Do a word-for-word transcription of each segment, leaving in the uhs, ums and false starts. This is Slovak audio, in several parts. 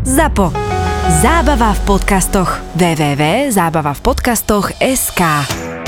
Zapo. Zábava v podcastoch. w w w bodka zábava v podcastoch bodka es ká.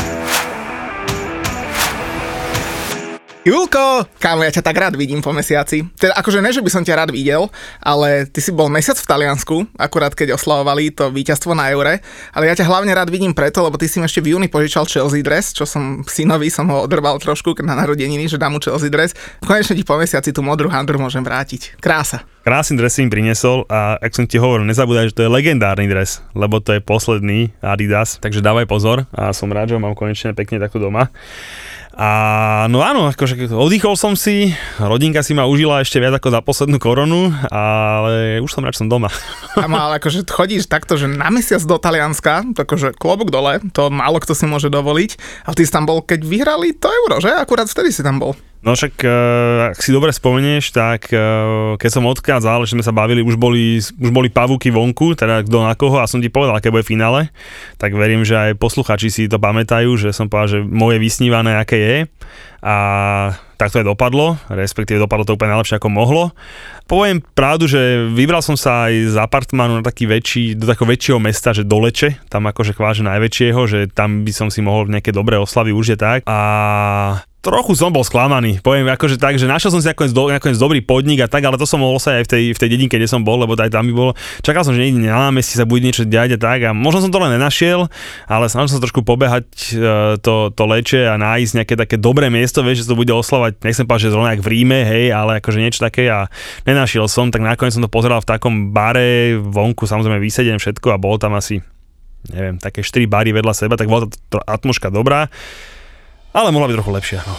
Julko, kámo, ja ťa tak rád vidím po mesiaci. Teda akože ne, že by som ťa rád videl, ale ty si bol mesiac v Taliansku, akurát keď oslavovali to víťazstvo na Eure, ale ja ťa hlavne rád vidím preto, lebo ty si mi ešte v júni požičal Chelsea dres, čo som synovi som ho odrbal trošku na narodeniny, že dám mu Chelsea dres. Konečne ti po mesiaci tú modrú handru môžem vrátiť. Krása. Krásny dres si im priniesol a ak som ti hovoril, nezabúdaj, že to je legendárny dres, lebo to je posledný Adidas, takže dávaj pozor a som rád, že ho mám konečne pekne takto doma. A no áno, akože oddychol som si, rodinka si ma užila ešte viac ako za poslednú koronu, ale už som rád, že som doma. Amo, ale akože chodíš takto, že na mesiac do Talianska, akože klobúk dole, to málo kto si môže dovoliť, ale ty si tam bol, keď vyhrali to Euro, že? Akurát vtedy si tam bol. No však, ak si dobre spomenieš, tak keď som odchádzal, že sme sa bavili, už boli, už boli pavúky vonku, teda kto na koho, a som ti povedal, aké bude finále, tak verím, že aj posluchači si to pamätajú, že som povedal, že moje vysnívané, aké je, a tak to aj dopadlo, respektíve dopadlo to úplne najlepšie, ako mohlo. Poviem pravdu, že vybral som sa aj z apartmánu na taký väčší, do takého väčšieho mesta, že do Leče, tam akože chváže najväčšieho, že tam by som si mohol nejaké dobré oslavy užije tak, a trochu som bol sklamaný, poviem akože tak, že našiel som si nakoniec, do, nakoniec dobrý podnik a tak, ale to som mohol sa aj v tej, v tej dedinke, kde som bol, lebo aj tam by bolo, čakal som, že niekde na námestí sa bude niečo diať a tak, a možno som to len nenašiel, ale snažil som sa trošku pobehať uh, to, to Leče a nájsť nejaké také dobré miesto, vieš, že to bude oslavať, nechcem povedať, že zrovna jak v Ríme, hej, ale akože niečo také, a nenašiel som, tak nakoniec som to pozeral v takom bare, vonku samozrejme vysediem všetko a bolo tam asi, neviem, také štyri bary vedľa seba, tak bola tá atmosféra dobrá. Ale mohla byť trochu lepšia, no.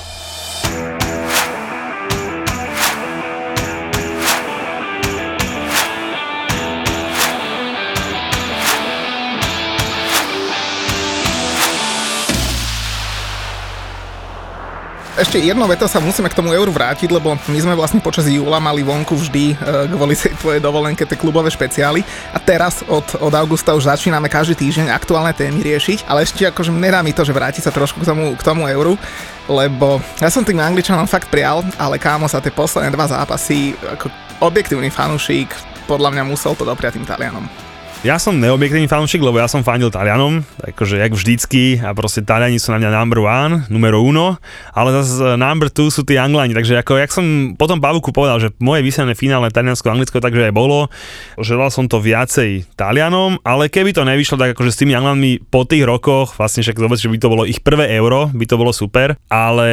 Ešte jednou vetou sa musíme k tomu Euru vrátiť, lebo my sme vlastne počas júla mali vonku vždy e, kvôli tej tvojej dovolenke tie klubové špeciály a teraz od, od augusta už začíname každý týždeň aktuálne témy riešiť, ale ešte akože nedá mi to, že vrátiť sa trošku k tomu, k tomu Euru, lebo ja som tým Angličanom fakt prial, ale kámo, sa tie posledné dva zápasy ako objektívny fanúšik podľa mňa musel to dopriať tým Talianom. Ja som neobjektívny fanúšik, lebo ja som fandil Talianom, akože jak vždycky, a proste Taliani sú na mňa number one, numero uno, ale zase number two sú tí Anglani, takže ako, jak som potom Pavúku povedal, že moje vysielané finálne Taliansko-Anglicko, takže aj bolo, želal som to viacej Talianom, ale keby to nevyšlo, tak akože s tými Anglami po tých rokoch, vlastne však dobre, že by to bolo ich prvé Euro, by to bolo super, ale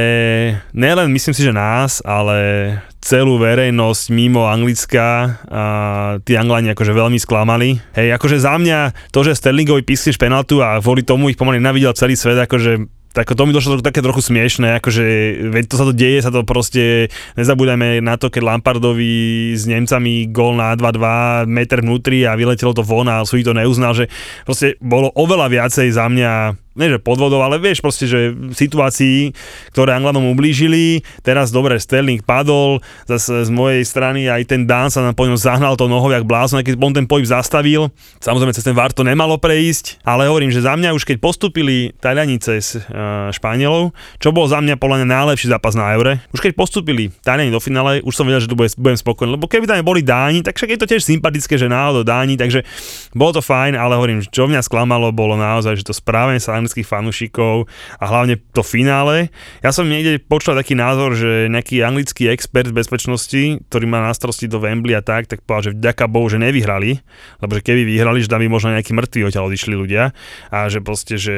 nelen myslím si, že nás, ale celú verejnosť mimo Anglicka a tí Anglani akože veľmi sklamali. Hej, akože za mňa to, že Sterlingovi pískli špenaltu a kvôli tomu ich pomaly nenavidel celý svet, akože tak to mi došlo také trochu smiešné, akože veď to sa to deje, sa to proste, nezabúdajme na to, keď Lampardovi s Nemcami gól na dva dva, meter vnútri a vyletelo to von a súdi to neuznal, že proste bolo oveľa viacej za mňa, nie že podvodov, ale vieš proste, že situácií, ktoré Anglanom ublížili, teraz dobre, Sterling padol, zase z mojej strany aj ten Dán sa nám po ňom zahnal to nohou jak blázon, keď on ten pohyb zastavil, samozrejme cez ten VAR to nemalo prejsť, ale hovorím, že za mňa už keď postúpili Taliani cez uh, Španielov, čo bol za mňa podľa mňa najlepší zápas na Eure, už keď postúpili Taliani do finále, už som vedel, že tu budem spokojný, lebo keby tam boli Dáni, tak však je to tiež sympatické, že náhodou Dáni, takže bolo to fajn, ale hovorím, čo mňa sklamalo, bolo naozaj, že to správanie sa fanúšikov a hlavne to finále. Ja som niekde počul taký názor, že nejaký anglický expert bezpečnosti, ktorý má na starosti do Wembley a tak, tak povedal, že vďaka Bohu, že nevyhrali, lebo že keby vyhrali, že tam by možno nejakí mŕtvi odtiaľ odišli ľudia a že proste, že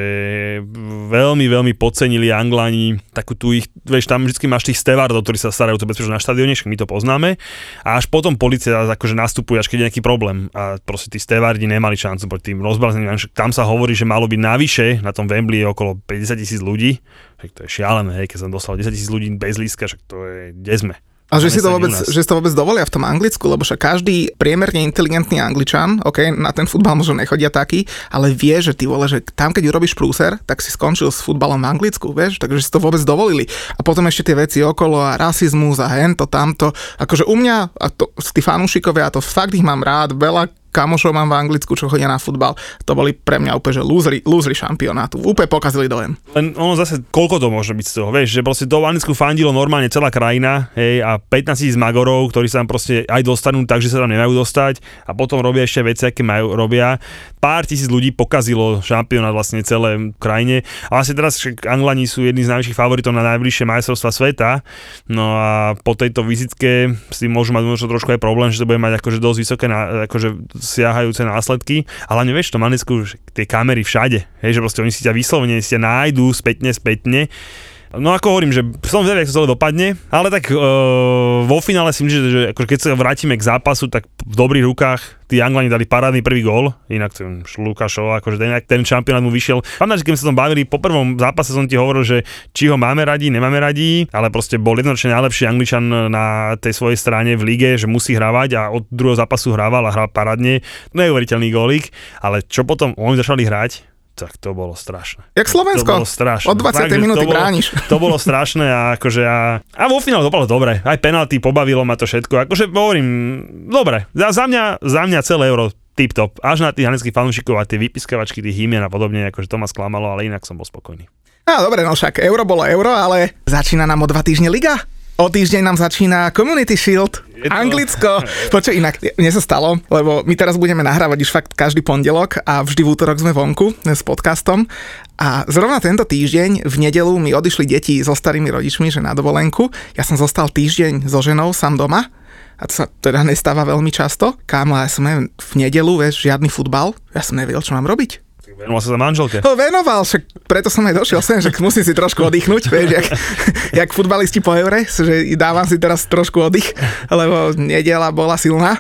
veľmi, veľmi podcenili Anglani takú tu ich, vieš, tam vždycky máš tých stevardov, ktorí sa starajú to bezpečnosť na štadióne, my to poznáme, a až potom polícia akože nastupuje, až keď je nejaký problém a proste tí stevardi nemali šancu proti tým rozbázeným, tam sa hovorí, že malo byť navyše na tom Wembley je okolo päťdesiat tisíc ľudí, však to je šialené, hej, keď som dostal desať tisíc ľudí bez lístka, však to je, kde sme? A že si, to vôbec, že si to vôbec dovolia v tom Anglicku, lebo však každý priemerne inteligentný Angličan, ok, na ten futbal možno nechodia taký, ale vie, že ty vole, že tam keď urobíš prúser, tak si skončil s futbalom v Anglicku, vieš, takže si to vôbec dovolili. A potom ešte tie veci okolo a rasizmus a hento, tamto, akože u mňa, a to, tí fanúšikovia, a to fakt ich mám rád, veľa kamošov mám v Anglicku, čo chodia na futbal. To boli pre mňa úplne, že lúzri, lúzri šampionátu. Úplne pokazili dojem. Len ono zase, koľko to môže byť z toho, vieš, že proste do Anglicku fandilo normálne celá krajina, hej, a pätnásť tisíc magorov, ktorí sa tam proste aj dostanú tak, že sa tam nemajú dostať a potom robia ešte veci, aké majú, robia. Pár tisíc ľudí pokazilo šampionát vlastne celé krajine. A vlastne teraz Anglani sú jedni z najväčších favoritov na najbližšie majstrovstvá sveta. No a po tejto vizitke si môžu mať možno trošku aj problém, že to bude mať akože dosť vysoké, akože siahajúce následky. Ale nevieš, to Anglicku tie kamery všade, hej, že proste oni si ťa vyslovene si ťa nájdú spätne, spätne. No ako hovorím, že som vedel, ako to celé dopadne, ale tak e, vo finále si myslím, že, že akože keď sa vrátime k zápasu, tak v dobrých rukách tí Anglani dali parádny prvý gól, inak ten Lukášov, akože ten, ten šampionát mu vyšiel. Pamätáš, keď sme sa tom bavili, po prvom zápase som ti hovoril, že či ho máme radi, nemáme radi, ale proste bol jednoznačne najlepší Angličan na tej svojej strane v lige, že musí hrávať a od druhého zápasu hrával a hral parádne. Neuveriteľný gólik, ale čo potom oni začali hrať, tak to bolo strašné. Jak Slovensko? To bolo strašné. Od dvadsiatej minúty to bolo, brániš. To bolo strašné a akože a, a vo finále dopadlo dobre. Aj penalty, pobavilo ma to všetko. Akože hovorím, dobre. Za, za mňa, za mňa celé euro tip top. Až na tých anglických fanúšikov a tie vypiskavačky, tých hymien a podobne, akože to ma sklamalo, ale inak som bol spokojný. No dobre, no však euro bolo euro, ale začína nám o dva týždne liga. O týždeň nám začína Community Shield. Anglicko. Počuj, inak, mne sa stalo, lebo my teraz budeme nahrávať už fakt každý pondelok a vždy v útorok sme vonku s podcastom. A zrovna tento týždeň v nedeľu mi odišli deti so starými rodičmi, že na dovolenku. Ja som zostal týždeň so ženou sám doma. A to sa teda nestáva veľmi často. Kámo, ja som v nedeľu, vieš, žiadny futbal. Ja som nevedel, čo mám robiť. Venoval sa za manželke. No, venoval, však preto som aj došiel sem, že musím si trošku oddychnúť, vieš, jak, jak futbalisti po eure, že dávam si teraz trošku oddych, lebo nedeľa bola silná.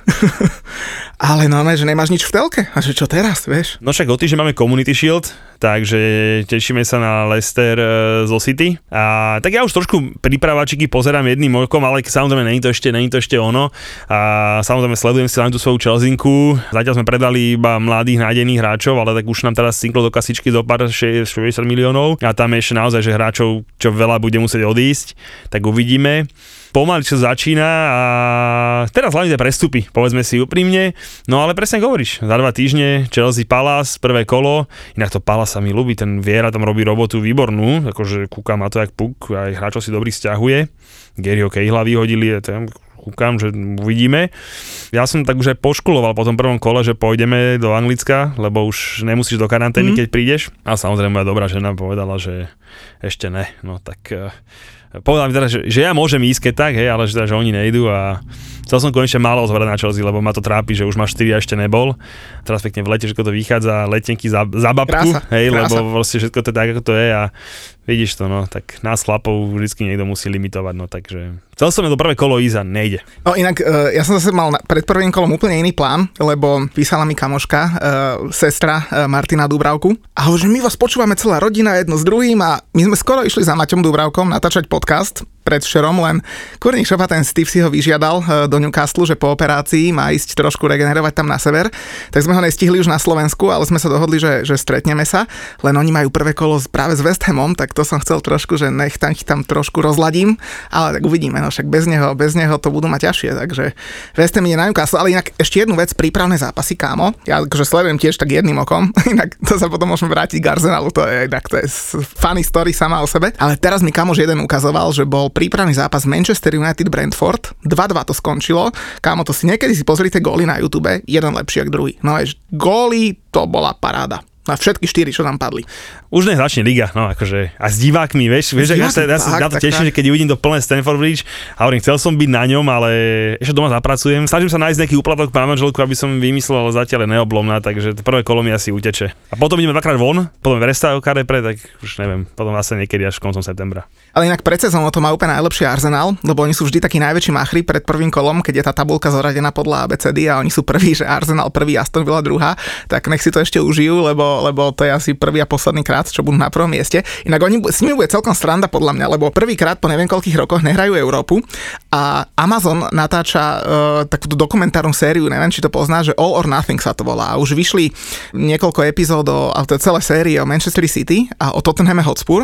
Ale no, že nemáš nič v telke. A že čo teraz, vieš? No však o týždeň máme Community Shield, takže tešíme sa na Leicester zo City. A tak ja už trošku prípravačiky pozerám jedným okom, ale samozrejme není to ešte, není to ešte ono. A samozrejme sledujem si len tú svoju Chelsinku. Zatiaľ sme predali iba mladých nádejných hráčov, ale tak už nám teraz synklo do kasičky do pár šesťdesiat miliónov. A tam je ešte naozaj, že hráčov, čo veľa bude musieť odísť, tak uvidíme. Pomaly čo začína a teraz hlavne tie prestupy, povedzme si úprimne. No ale presne hovoríš, za dva týždne Chelsea Palace, prvé kolo, inak to Palace sa mi ľúbi, ten Viera tam robí robotu výbornú, akože kúkam na to jak puk, aj hráčov si dobrých stiahuje. Garyho Cahilla vyhodili, tam kúkam, že uvidíme. Ja som tak už aj poškuloval po tom prvom kole, že pôjdeme do Anglicka, lebo už nemusíš do karantény, mm. keď prídeš. A samozrejme moja dobrá žena povedala, že ešte ne, no tak... Povedal mi teda, že, že ja môžem ísť keď tak, hej, ale že, teda, že oni nejdú a chcel som konečne málo ozvedať na Chelsea, lebo ma to trápi, že už má štyri a ešte nebol. Teraz pekne v lete všetko to vychádza, letenky za, za babku, krása, hej, krása. Lebo proste všetko to je tak, ako to je a vidíš to, no, tak nás chlapov vždycky niekto musí limitovať, no, takže chcel som do prvé kolo ísť a nejde. No inak, uh, ja som zase mal na, pred prvým kolom úplne iný plán, lebo písala mi kamoška, uh, sestra uh, Martina Dúbravku a hovorí, že my vás počúvame celá rodina jedno s druhým a my sme skoro išli za Maťom Dúbravkom natáčať podcast predvčerom, len kurník šopa, ten Steve si ho vyžiadal uh, do Newcastle, že po operácii má ísť trošku regenerovať tam na sever, tak sme ho nestihli už na Slovensku, ale sme sa dohodli, že, že stretneme sa, len oni majú prvé kolo práve s West Hamom, tak to som chcel trošku, že nech tam, tam trošku rozladím, ale tak uvidíme, no však bez neho, bez neho to budú mať ťažšie, takže West Ham ide na Newcastle, ale inak ešte jednu vec, prípravné zápasy, kámo, ja akože sledujem tiež tak jedným okom, inak to sa potom môžeme vrátiť k Arsenalu, to je, inak to je funny story sama o sebe, ale teraz mi kamož jeden ukazoval, že bol prípravný zápas Manchester United Brentford, dva dva to skončilo, kámo, to si niekedy si pozrite góly na YouTube, jeden lepší ako druhý, no vieš, góly, to bola paráda. Na všetky štyri, čo tam padli. Už nech začne liga, no akože a s divákmi, vieš, vieš, ja sa, ja sa na to teším, že keď uvidím to plné Stamford Bridge a hovorím, chcel som byť na ňom, ale ešte doma zapracujem. Snažím sa nájsť nejaký úplatok pre manželku, aby som vymyslel, ale zatiaľ je neoblomná, takže to prvé kolo mi asi uteče. A potom ideme dvakrát von, potom v restávkare pre, tak už neviem, potom asi niekedy až koncom septembra. Ale inak pred sezónou to má úplne najlepší Arsenal, lebo oni sú vždy takí najväčší machri pred prvým kolom, keď je tá tabuľka zoradená podľa á bé cé dé a oni sú prví, že Arsenal prvý, Aston Villa druhá, tak nech si to ešte užijú, lebo lebo, lebo to je asi prvý a posledný krát, čo budú na prvom mieste. Inak oni, s nimi bude celkom sranda podľa mňa, lebo prvýkrát po neviem koľkých rokoch nehrajú Európu a Amazon natáča uh, takúto dokumentárnu sériu, neviem, či to pozná, že All or Nothing sa to volá. A už vyšli niekoľko epizód, ale to je celé série o Manchester City a o Tottenhame Hotspur.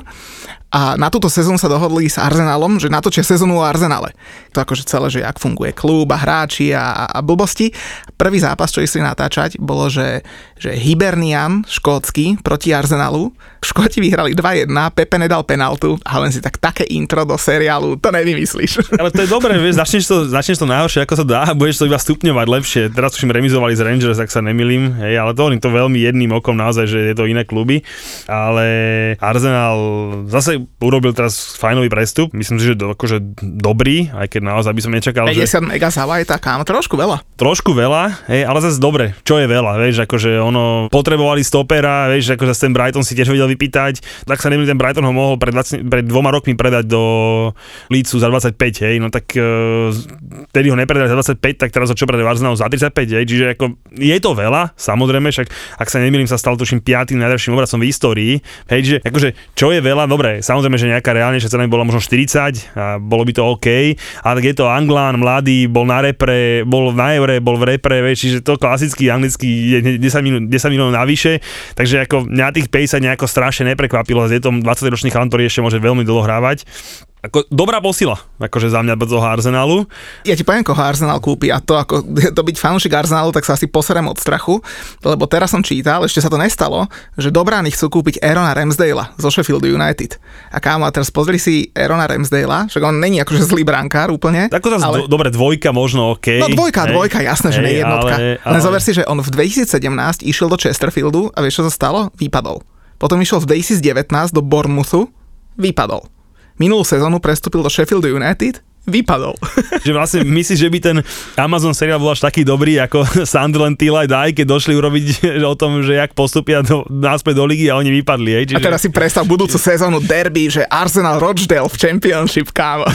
A na túto sezónu sa dohodli s Arsenalom, že natočia sezónu o Arsenale. To akože celé, že jak funguje klub a hráči a, a blbosti. Prvý zápas, čo išli natáčať, bolo, že, že Hibernian škótsky proti Arsenalu. Škóti vyhrali dva jedna, Pepe nedal penaltu a len si tak také intro do seriálu, to nevymyslíš. Ale to je dobré, vieš, začneš to, začneš to najhoršie, ako sa dá a budeš to iba stupňovať lepšie. Teraz už im remizovali z Rangers, ak sa nemýlim, hej, ale to hovorím to veľmi jedným okom naozaj, že je to iné kluby. Ale Arsenal zase urobil teraz fajnový prestup, myslím si, že do, akože dobrý, aj keď naozaj by som nečakal, päťdesiat že... mega zavajta, kámo, trošku veľa. Trošku veľa, hej, ale zase dobre, čo je veľa, vieš, akože ono, potrebovali stopera, vieš, akože ten Brighton si tiež vedel vypýtať, tak sa nemýlim, ten Brighton ho mohol pred, dvadsať, pred dvoma rokmi predať do Leedsu za dvadsaťpäť, hej, no tak uh, vtedy ho nepredali za dvadsaťpäť, tak teraz ho čo predali Arsenalu za tridsaťpäť, hej, čiže ako, je to veľa, samozrejme, však ak sa nemýlim, sa stal tuším piatym najdražším obrazom v histórii, hej, čiže akože, čo je veľa, dobre, samozrejme, že nejaká reálnejšia cena by bola možno štyridsať a bolo by to OK, ale tak je to Anglán, mladý, bol na repre, bol na Eure, bol v repre, vieš, čiže to klasický anglický je desať miliónov navyše, takže ako mňa tých päťdesiat nejako strašne neprekvapilo, je to dvadsaťročný chalan, ktorý ešte môže veľmi dlho hrávať. Ako dobrá posila, akože za mňa z toho Arsenalu. Ja ti poviem, koho Arsenal kúpi a to ako to byť fanúšik Arsenalu, tak sa asi poserem od strachu, lebo teraz som čítal, ešte sa to nestalo, že do brány chcú kúpiť Aarona Ramsdale'a zo Sheffield United. A kámo, a teraz pozri si Aarona Ramsdale'a, však on není akože zlý brankár úplne. Tak to ale... do, dobre, dvojka možno OK. No dvojka, hej, dvojka, jasné, že nie je jednotka. Ale, ale... Len zober si, že on v dvetisícsedemnásť išiel do Chesterfieldu a vieš, čo sa stalo? Vypadol. Potom išiel v dvetisícdevätnásť do Bournemouthu, vypadol. Minulú sezónu prestúpil do Sheffield United, vypadol. Že vlastne myslíš, že by ten Amazon seriál bol až taký dobrý ako Sunderland Till I Die, keď došli urobiť o tom, že jak postupia do, náspäť do ligy a oni vypadli. Hej? Čiže... A teraz si predstav budúcu sezónu derby, že Arsenal Rochdale v Championship, kámo.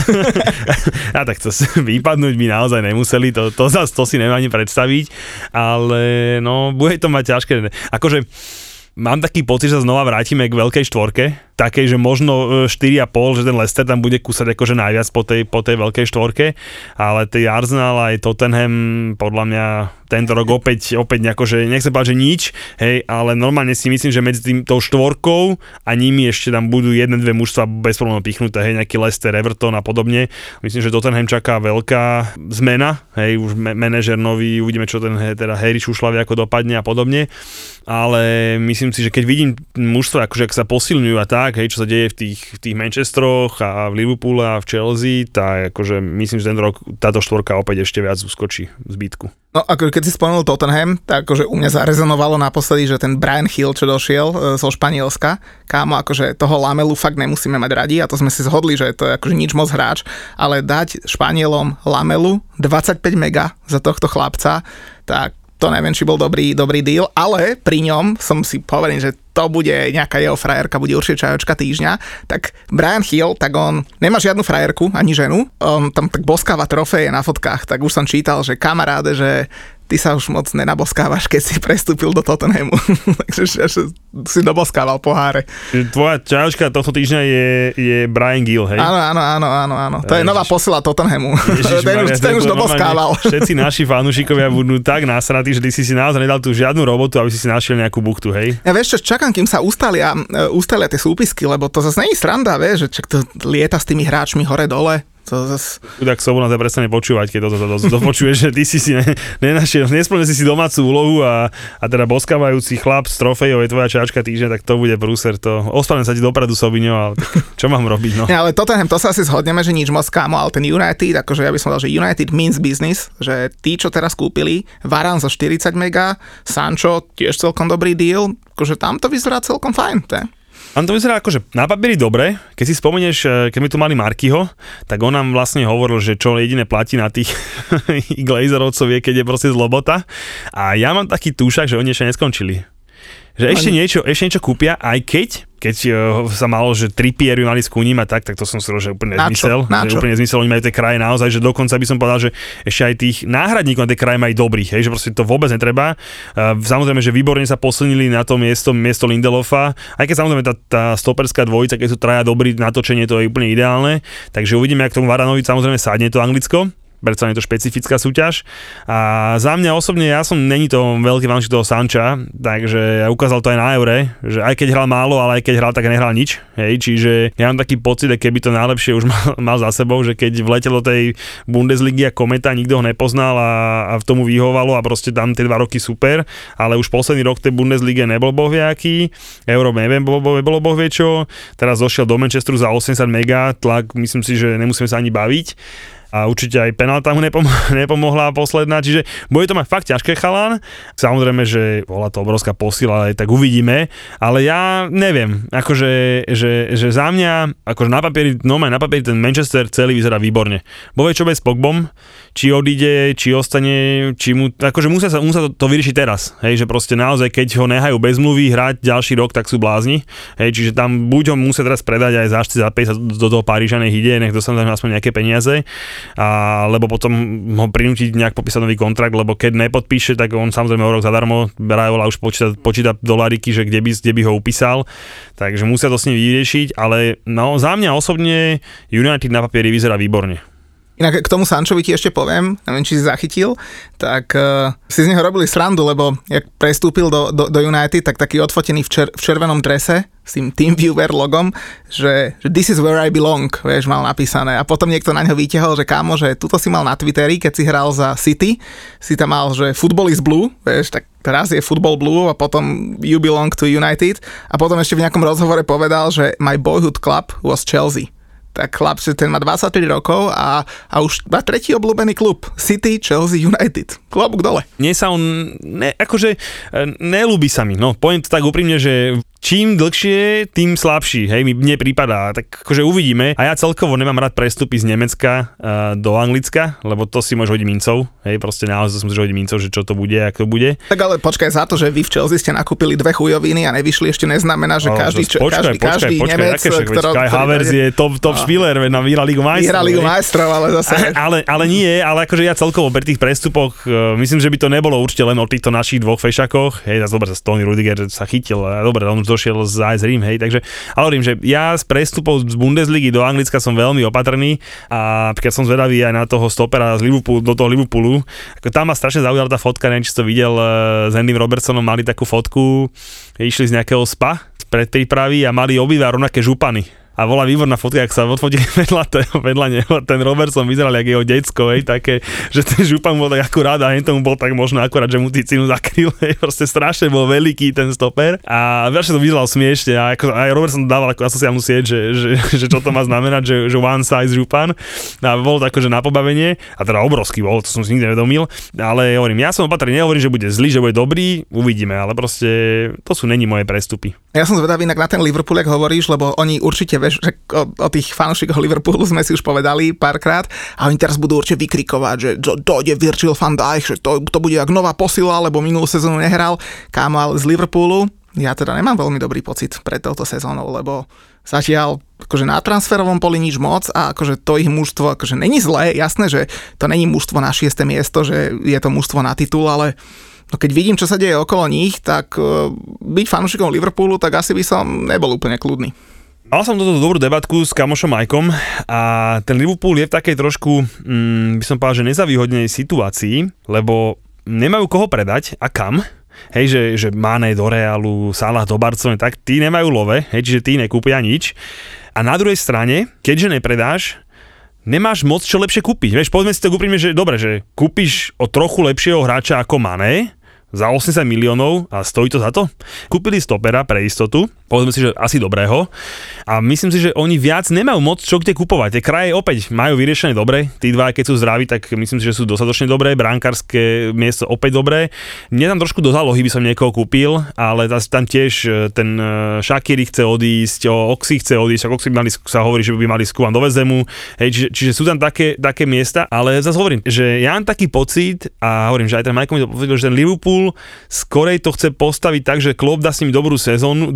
A tak to vypadnúť by naozaj nemuseli, to, to, to, to si neviem ani predstaviť, ale no, bude to mať ťažké. Akože mám taký pocit, že znova vrátime k veľkej štvorke, takej, že možno štyri a pol, že ten Leicester tam bude kúsať akože najviac po tej, po tej veľkej štvorke, ale tej Arsenal aj Tottenham podľa mňa tento rok opäť, opäť nejako, že nechcem povedať, že nič, hej, ale normálne si myslím, že medzi tým tou štvorkou a nimi ešte tam budú jedné, dve mužstva bez problémov pichnuté, hej, nejaký Leicester, Everton a podobne. Myslím, že Tottenham čaká veľká zmena, hej, už me- manažer nový, uvidíme, čo ten hej, teda Harry Šušľavý ako dopadne a podobne, ale myslím si, že keď vidím mužstva, akože ak sa posilňujú a tak, hej, čo sa deje v tých, v tých Manchesteroch a v Liverpoole a v Chelsea, tak akože myslím, že ten rok táto štvorka opäť ešte viac uskočí v zbytku. No ako keď si spomenul Tottenham, tak akože u mňa zarezonovalo naposledy, že ten Brian Hill, čo došiel e, zo Španielska, kámo, akože toho Lamelu fakt nemusíme mať radi a to sme si zhodli, že to je akože nič moc hráč, ale dať Španielom Lamelu dvadsaťpäť mega za tohto chlapca, tak to neviem, či bol dobrý, dobrý deal, ale pri ňom som si povedal, že to bude nejaká jeho frajerka, bude určite čajočka týždňa, tak Brian Hill, tak on nemá žiadnu frajerku, ani ženu, on tam tak boskáva trofeje na fotkách, tak už som čítal, že kamaráde, že ty sa už moc nenaboskávaš, keď si prestúpil do Tottenhamu. Takže si doboskával poháre. Tvoja čajočka tohto týždňa je, je Brian Gill, hej? Áno, áno, áno, áno, áno. To Ježiš. Je nová posila Tottenhamu. Ježiš, ten, už, ten už doboskával. Všetci naši fanúšikovia budú tak nasratí, že ty si si naozaj nedal tú žiadnu robotu, aby si si našiel nejakú buchtu, hej? Ja vieš čo, čakám, kým sa ustalia, ustalia tie súpisky, lebo to zase nie je sranda, vieš, že čak to lieta s tými hráčmi hore-dole. To zas... Chudák Sobola sa prestane počúvať, keď to, to, to, to, to počuješ, že ty si si ne, nenašiel, nesplnil si si domácu úlohu a, a teda boskávajúci chlap s trofejou je tvoja čačka týždňa, tak to bude prúser. To... Ospravedlňujem sa ti dopredu, Sobiňo, ale čo mám robiť, no? Ja, ale Tottenham, to sa asi zhodneme, že nič moc, kámo, ale ten United, akože ja by som dal, že United means business, že tí, čo teraz kúpili, Varane za štyridsať mega, Sancho tiež celkom dobrý deal, akože tam to vyzerá celkom fajn, to je. Tam to vyzerá akože na papieri dobre, keď si spomenieš, keď my tu mali Markyho, tak on nám vlastne hovoril, že čo jediné platí na tých Glazerovcov je, keď je proste zlobota. A ja mám taký túšak, že oni ešte neskončili. Že ešte niečo, ešte niečo kúpia, aj keď, keď sa malo, že Trippier by mali s Kuním a tak, tak to som si že úplne nezmysel. Že úplne nezmysel, oni majú tie kraje naozaj, že dokonca by som povedal, že ešte aj tých náhradníkov na tie kraje majú dobrých, hej, že proste to vôbec netreba. Samozrejme, že výborne sa posunili na to miesto, miesto Lindelofa, aj keď samozrejme tá, tá stoperská dvojica, keď sú traja dobrí, natočenie to je úplne ideálne, takže uvidíme, jak tomu Varanovi samozrejme sadne to Anglicko. Preto je to špecifická súťaž. A za mňa osobne, ja som není to veľký fanúšik toho Sancha, takže ukázal to aj na Eure, že aj keď hral málo, ale aj keď hral, tak nehral nič. Hej, čiže ja mám taký pocit, keby to najlepšie už mal, mal za sebou, že keď vletel do tej Bundesligy a kometa, nikto ho nepoznal a, a v tomu vyhovalo a proste tam tie dva roky super, ale už posledný rok tej Bundesligy nebol bohviaký, Euro neviem, bolo, bolo bohvie čo, teraz došiel do Manchesteru za osemdesiat mega, tlak, myslím si, že nemusíme sa ani baviť. A určite aj penálta mu nepom- nepomohla posledná, čiže bude to mať fakt ťažké chalán. Samozrejme, že bola to obrovská posila, ale tak uvidíme, ale ja neviem, akože že, že za mňa, akože na papieri, no na papieri ten Manchester celý vyzerá výborne. Bo vie čo bez Pogbom, či odíde, či ostane, či mu, akože musia sa, musia to, to vyriešiť teraz, hej, že proste naozaj, keď ho nehajú bez mluvy hrať ďalší rok, tak sú blázni, hej, čiže tam buď ho musia teraz predať aj za štyri, za päť, do toho Paríža nech ide, nech dostanú tam aspoň nejaké peniaze. A, lebo potom ho prinútiť nejak popísať nový kontrakt, lebo keď nepodpíše, tak on samozrejme o rok zadarmo, Raiola už počíta, počíta doláriky, že kde by, kde by ho upísal, takže musia to s ním vyriešiť, ale no, za mňa osobne United na papieri vyzerá výborne. Inak k tomu Sanchovi ti ešte poviem, neviem, či si zachytil, tak uh, si z neho robili srandu, lebo jak prestúpil do, do, do United, tak taký odfotený v, čer, v červenom drese s tým TeamViewer logom, že, že this is where I belong, vieš, mal napísané. A potom niekto na ňo vytiahol, že kámo, že tuto si mal na Twitteri, keď si hral za City, si tam mal, že football is blue, vieš, tak teraz je football blue a potom you belong to United. A potom ešte v nejakom rozhovore povedal, že my boyhood club was Chelsea. Tak chlapci, ten má dvadsaťpäť rokov a, a už má tretí obľúbený klub. City, Chelsea, United. Klobúk dole. Nie sa on, ne, akože, nelúbi sa mi, no, poviem to tak úprimne, že čím dlhšie, tým slabší, hej, mi mne prípadá, tak akože uvidíme. A ja celkovo nemám rád prestupy z Nemecka uh, do Anglicka, lebo to si môže hodiť mincov, hej, proste naozaj som si hodiť mincov, že čo to bude, ako to bude. Tak ale počkaj, za to, že vy v Chelsea ste nakúpili dve chujoviny a nevyšli, ešte neznamená, že každý, čo, počkaj, každý, počkaj, každý počkaj, Nemec, počkaj, ktorý... Kai Havertz je top, top špiler, na vyhrá Ligu majstrov. Vyhrá Ligu majstrov, ale zase... A, ale, ale nie, ale akože ja celkovo pri tých prestupoch, uh, myslím, že by to nebolo určite len o týchto našich dvoch fešakoch, hej, dobre, sa Tony Rudiger sa chytil, a dobre, on už došiel z á es Rím, hej, takže, ale hovorím, že ja z prestupov z Bundesligy do Anglicka som veľmi opatrný a keď som zvedavý aj na toho stopera z Liverpoolu, do toho Liverpoolu, ako tam ma strašne zaujala tá fotka, neviem, či si to videl, s Andym Robertsonom mali takú fotku, išli z nejakého spa, z predprípravy a mali obidva rovnaké župany. A bola výborná fotka, ak sa odfotili vedľa, vedľa neho, ten Robertson vyzeral jak jeho decko, hej, také, že ten župan bol tak akurát a hen tomu bol tak možno akurát, že mu tí cínu zakryl, hej, proste strašne bol veľký ten stoper a veľmi to vyzeral smiešne a ako, aj Robertson dával ako asociálnu sieť, že, že, že čo to má znamenať, že, že one size župan a bol to akože na pobavenie a teda obrovský bol, to som si nikdy nevedomil, ale hovorím, ja som opatrný, nehovorím, že bude zlý, že bude dobrý, uvidíme, ale proste to sú není moje prestupy. Ja som zvedavý inak na ten Liverpool, jak hovoríš, lebo oni určite, vieš, že o, o tých fanúšikoch Liverpoolu sme si už povedali párkrát a oni teraz budú určite vykrikovať, že dojde Virgil van Dijk, že to, to bude jak nová posila, lebo minulú sezónu nehral. Kámo, ale z Liverpoolu ja teda nemám veľmi dobrý pocit pred touto sezónou, lebo zatiaľ akože na transferovom poli nič moc a akože to ich mužstvo akože není zlé, jasné, že to není mužstvo na šieste miesto, že je to mužstvo na titul, ale no keď vidím, čo sa deje okolo nich, tak uh, byť fanúšikom Liverpoolu, tak asi by som nebol úplne kľudný. Mal som toto dobrú debatku s kamošom Majkom a ten Liverpool je v takej trošku, mm, by som povedal, že nezavýhodnej situácii, lebo nemajú koho predať a kam. Hej, že, že Mane do Realu, Salah do Barcelony, tak tí nemajú love, hej, čiže tí nekúpia nič. A na druhej strane, keďže nepredáš, nemáš moc čo lepšie kúpiť. Vieš, povedzme si to úprimne, že dobre, že kúpiš o trochu lepšieho hráča ako Mane za osemdesiat miliónov a stojí to za to. Kúpili stopera pre istotu, povedzme si, že asi dobrého a myslím si, že oni viac nemajú moc čo kde kupovať. Tie kraje opäť majú vyriešené dobre, tí dva, keď sú zdraví, tak myslím si, že sú dostatočne dobré, brankárske miesto opäť dobré. Mne tam trošku do zálohy by som niekoho kúpil, ale tam tiež ten Shaqiri chce odísť, Oxy chce odísť, Oxy by mali, sa hovorí, že by mali skúvan do Vezemu, hej, čiže, čiže sú tam také, také miesta, ale zase hovorím, že ja mám taký pocit a hovorím, že aj ten Michael mi to povedal, že ten Liverpool skorej to chce postaviť tak, že Klopp dá s nimi dobrú sezónu, dobrú prípravu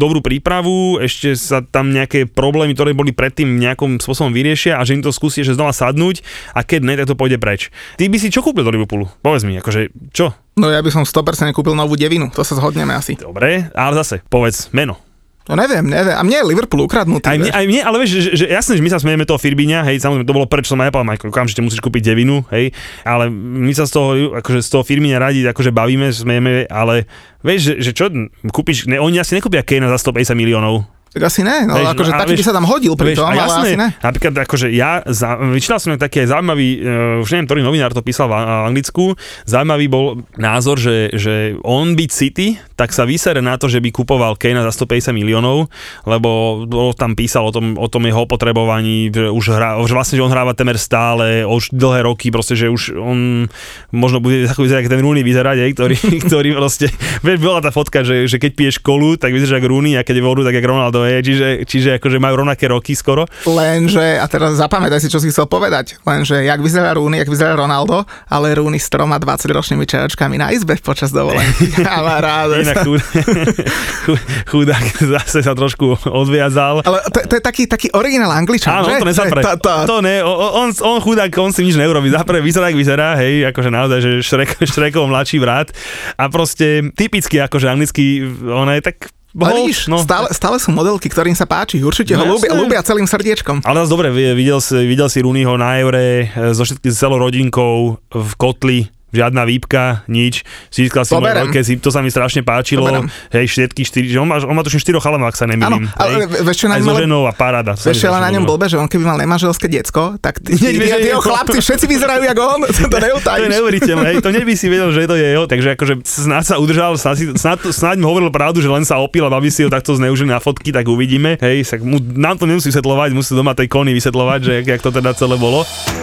prípravu, ešte sa tam nejaké problémy, ktoré boli predtým nejakým spôsobom vyriešia a že im to skúsi ešte znova sadnúť a keď ne, tak to pôjde preč. Ty by si čo kúpil do Liverpoolu? Povedz mi, akože čo? No ja by som sto percent kúpil novú devinu, to sa zhodneme asi. Dobre, ale zase, povedz meno. No neviem, neviem. A mne je Liverpool ukradnutý. Aj mne, aj mne, ale vieš, že, že jasné, že my sa smejeme toho Firbiňa, hej, samozrejme to bolo prečo som aj povedal, Michael, okamžite musíš kúpiť devinu, hej, ale my sa z toho, akože z toho Firbiňa radi akože bavíme, smejeme, ale vieš, že, že čo, kúpiš, ne, oni asi nekúpia Kanea za stopäťdesiat miliónov. Tak asi ne, no akože taký by sa tam hodil pri tom, ale jasné, asi ne. Napríklad akože ja, za, vyčítal som taký aj zaujímavý, uh, už neviem, ktorý novinár to písal v Anglicku, zaujímavý bol názor, že, že on byť City, tak sa vysere na to, že by kupoval Kanea za stopäťdesiat miliónov, lebo tam písal o tom, o tom jeho opotrebovaní, že už hrá, že vlastne, že on hráva temer stále, už dlhé roky, proste, že už on možno bude ako vyzerať, ako ten Rooney vyzerať, hej, ktorý, ktorý proste, vieš, bola tá fotka, že, že keď piješ kolu, tak vyzeráš ako Rooney a keď je vodu, tak ako Ronaldo. Je, čiže, čiže akože majú rovnaké roky skoro. Lenže, a teraz zapamätaj si, čo si chcel povedať, lenže jak vyzerá Rooney, jak vyzerá Ronaldo, ale Rooney s troma dvadsaťročnými čajočkami na izbe počas dovolenky. Inak chudák zase sa trošku odviazal. Ale to, to je taký, taký originál Angličan, áno, že? Áno, to nezapre. To, to, to ne, on, on chudák, on si nič neurobí. Zapre vyzerá, jak vyzerá, hej, akože naozaj, že Šrek, Šrekov mladší brat. A proste typicky, akože anglický, on je tak Ale víš, no. stále, stále sú modelky, ktorým sa páči, určite no, ho ľúbia, ľúbia celým srdiečkom. Ale zase dobre, videl si, videl si Rooneyho na Eure so všetkým celou rodinkou v kotli. Žiadna výpka, nič. Sískal si moje veľké zip, to sa mi strašne páčilo. Hej, všetky štyri, že on má, on má tuším štyroch chalanov, ak sa nemýlim. Áno, ale vieš čo na ňom... Aj so ženou a paráda. Vieš čo, ale na ňom blbe, že on keby mal nemanželské decko, tak tí, tí, tí, tí jeho chlapci všetci vyzerajú jak on, to neutajíš. To je neuveriteľné, hej, to neby si vedel, že to je jeho, takže akože snáď sa udržal, snáď, snáď, snáď mu hovoril pravdu, že len sa opil a babi si ho takto zneužili na fotky, tak uvidíme. Hej, tak mu, nám to nemusí vysvetľovať, musí doma tej Kony vysvetľovať, že jak, jak to teda celé bolo.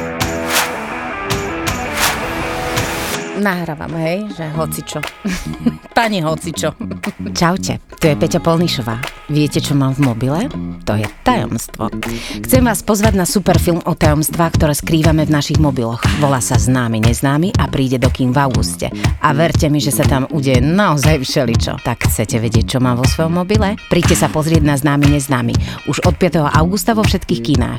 Nahrávam, hej, že hocičo. Pani hocičo. Čaute, tu je Peťa Polnišová. Viete, čo mám v mobile? To je tajomstvo. Chcem vás pozvať na super film o tajomstvách, ktoré skrývame v našich mobiloch. Volá sa Známy neznámy a príde do kín v auguste. A verte mi, že sa tam udeje naozaj všeličo. Tak chcete vedieť, čo mám vo svojom mobile? Príďte sa pozrieť na Známy neznámy. Už od piateho augusta vo všetkých kinách.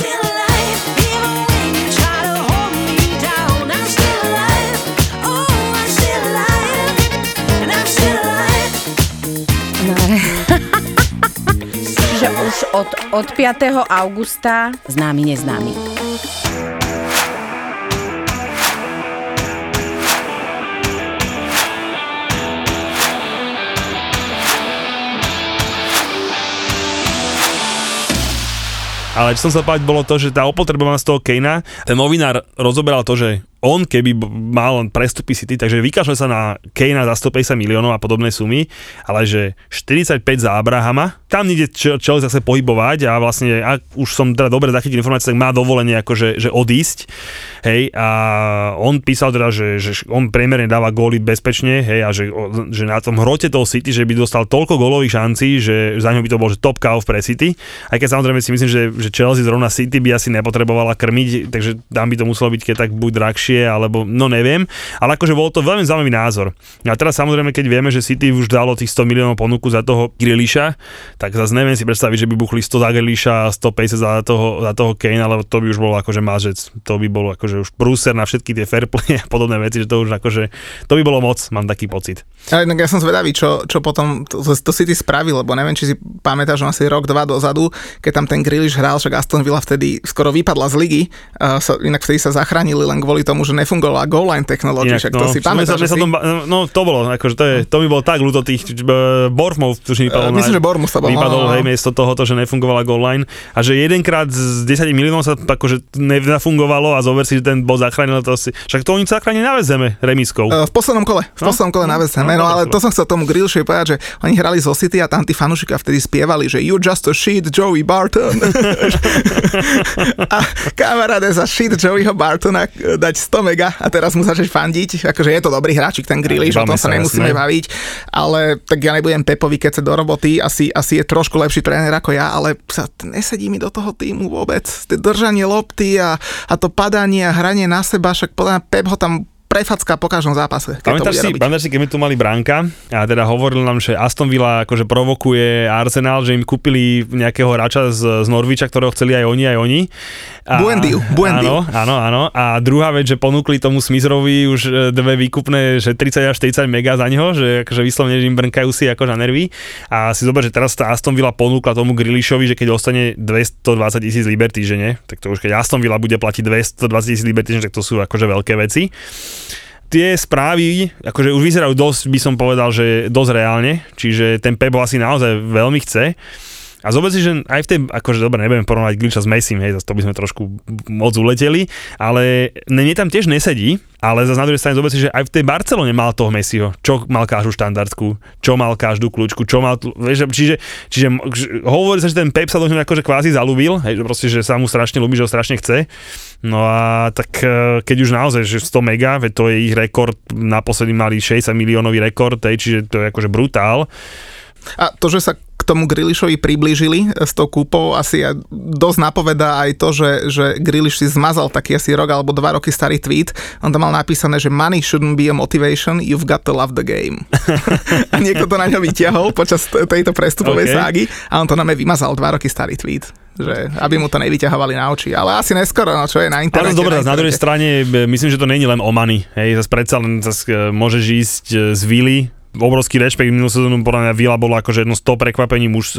Čiže už od, od piateho augusta Známy neznámy. Ale čo som sa povedať, bolo to, že tá opotrebovaná z toho Kanea, ten novinár rozoberal to, že on keby mal prestupy City, takže vykašle sa na Kanea za stopäťdesiat miliónov a podobné sumy, ale že štyridsaťpäť za Abrahama, tam ide Chelsea zase pohybovať a vlastne, ak už som teda dobre zachytil informácie, tak má dovolenie akože že odísť, hej, a on písal teda, že, že on priemerne dáva góly bezpečne, hej, a že, že na tom hrote toho City, že by dostal toľko gólových šancí, že za ňo by to bol že top káv pre City, aj keď samozrejme si myslím, že, že Chelsea zrovna City by asi nepotrebovala krmiť, takže tam by to muselo byť keď tak buď drahšie, alebo no neviem, ale akože bol to veľmi zaujímavý názor. A teraz samozrejme, keď vieme, že City už dalo tých sto miliónov ponuku za toho Grealisha, tak zase neviem si predstaviť, že by buchli sto za Grealisha a stopäťdesiat za toho, za toho Kanea, lebo to by už bolo akože mažec, to by bolo akože už prúser na všetky tie fair play a podobné veci, že to už akože, to by bolo moc, mám taký pocit. Ale ja som zvedavý, čo, čo potom to, to City spravil, lebo neviem, či si pamätáš, že asi rok, dva dozadu, keď tam ten Grealish hral, však Aston Villa vtedy skoro vypadla z ligy, uh, sa, inak vtedy sa zachránili len kvôli tomu, že nefungovala goal line technology, však to no, si pamätáš. Sa, si... Tom, no to bolo, akože to, je, to by bolo tak ľúto tých uh, Bournemouth, tuším vypadol. Uh, myslím, že Bournemouth to bol. Vypadol, no, no. hej, miesto tohoto, že nefungovala goal line a že jedenkrát z desať miliónov sa akože nefungovalo a zober si, že ten bod zachránil, to si, však to oni sa zachránili na Vezeme remiskou. Uh, v poslednom kole, v poslednom kole na Vezeme, no, no ale to som chcel tomu Grealishovi povedať, že oni hrali zo City a tam tí fanúšikovia vtedy spievali, že you just a shit Joey Barton. A kamaráde za shit Joeyho Bartona dať sto mega a teraz mu začať fandiť, akože je to dobrý hráčik ten Grealish, o tom sa nemusíme jasné. baviť, ale tak ja nebudem Pepovi kecať do roboty, asi, asi je trošku lepší tréner ako ja, ale sa nesedí mi do toho týmu vôbec. Držanie lopty a, a to padanie a hranie na seba, však podľa mňa Pep ho tam prefacká po každom zápase, keď pamätáš to bude si, robiť. Pamätáš si, keď my tu mali bránka a teda hovoril nám, že Aston Villa akože provokuje Arsenal, že im kúpili nejakého hráča z, z Norwicha, ktorého chceli aj oni, aj oni. A, Buendiu, Buendiu. Áno, áno, áno. A druhá vec, že ponúkli tomu Smitherovi už dve výkupné, že tridsať až štyridsať mega za neho, že akože vyslovene, že im brnkajú si ako na nervy. A si zober, že teraz tá Aston Villa ponúkla tomu Grealishovi, že keď ostane dvestodvadsať tisíc liber týždenne, tak to už keď Aston Villa bude platiť dvestodvadsať tisíc liber týždenne, tak to sú akože veľké veci. Tie správy, akože už vyzerajú dosť, by som povedal, že dosť reálne, čiže ten Pep asi naozaj veľmi chce. A zober si, že aj v tej, akože dobre, nebudem porovnať Grealisha s Messim, hej, to by sme trošku moc uleteli, ale mne tam tiež nesedí, ale zase na druhej strane zober si, že aj v tej Barcelone mal toho Messiho, čo mal každú štandardku, čo mal každú kľúčku, čo mal, vieš, čiže, čiže hovorí sa, že ten Pep sa do neho akože kvázi zalúbil, hej, že proste, že sa mu strašne ľúbi, že ho strašne chce. No a tak keď už naozaj, že sto mega, veď to je ich rekord, naposledy mali šesťdesiat miliónový rekord, hej, čiže to je akože brutál. A to, že sa k tomu Grealishovi priblížili s tou kúpou, asi dosť napovedá aj to, že, že Grealish si zmazal taký asi rok alebo dva roky starý tweet. On tam mal napísané, že money shouldn't be a motivation, you've got to love the game. A niekto to na ňo vyťahol počas tejto prestupovej okay. ságy a on to na mňa vymazal dva roky starý tweet. Že aby mu to nevyťahovali na oči, ale asi neskoro, no čo je na internete. Ale dobre, na, na druhej strane, myslím, že to nie je len o money. Hej, zase predsa len zase môžeš ísť z Vily, obrovský rešpekt, minulú sezónu podľa mňa Villa bolo akože jedno z top prekvapením už e,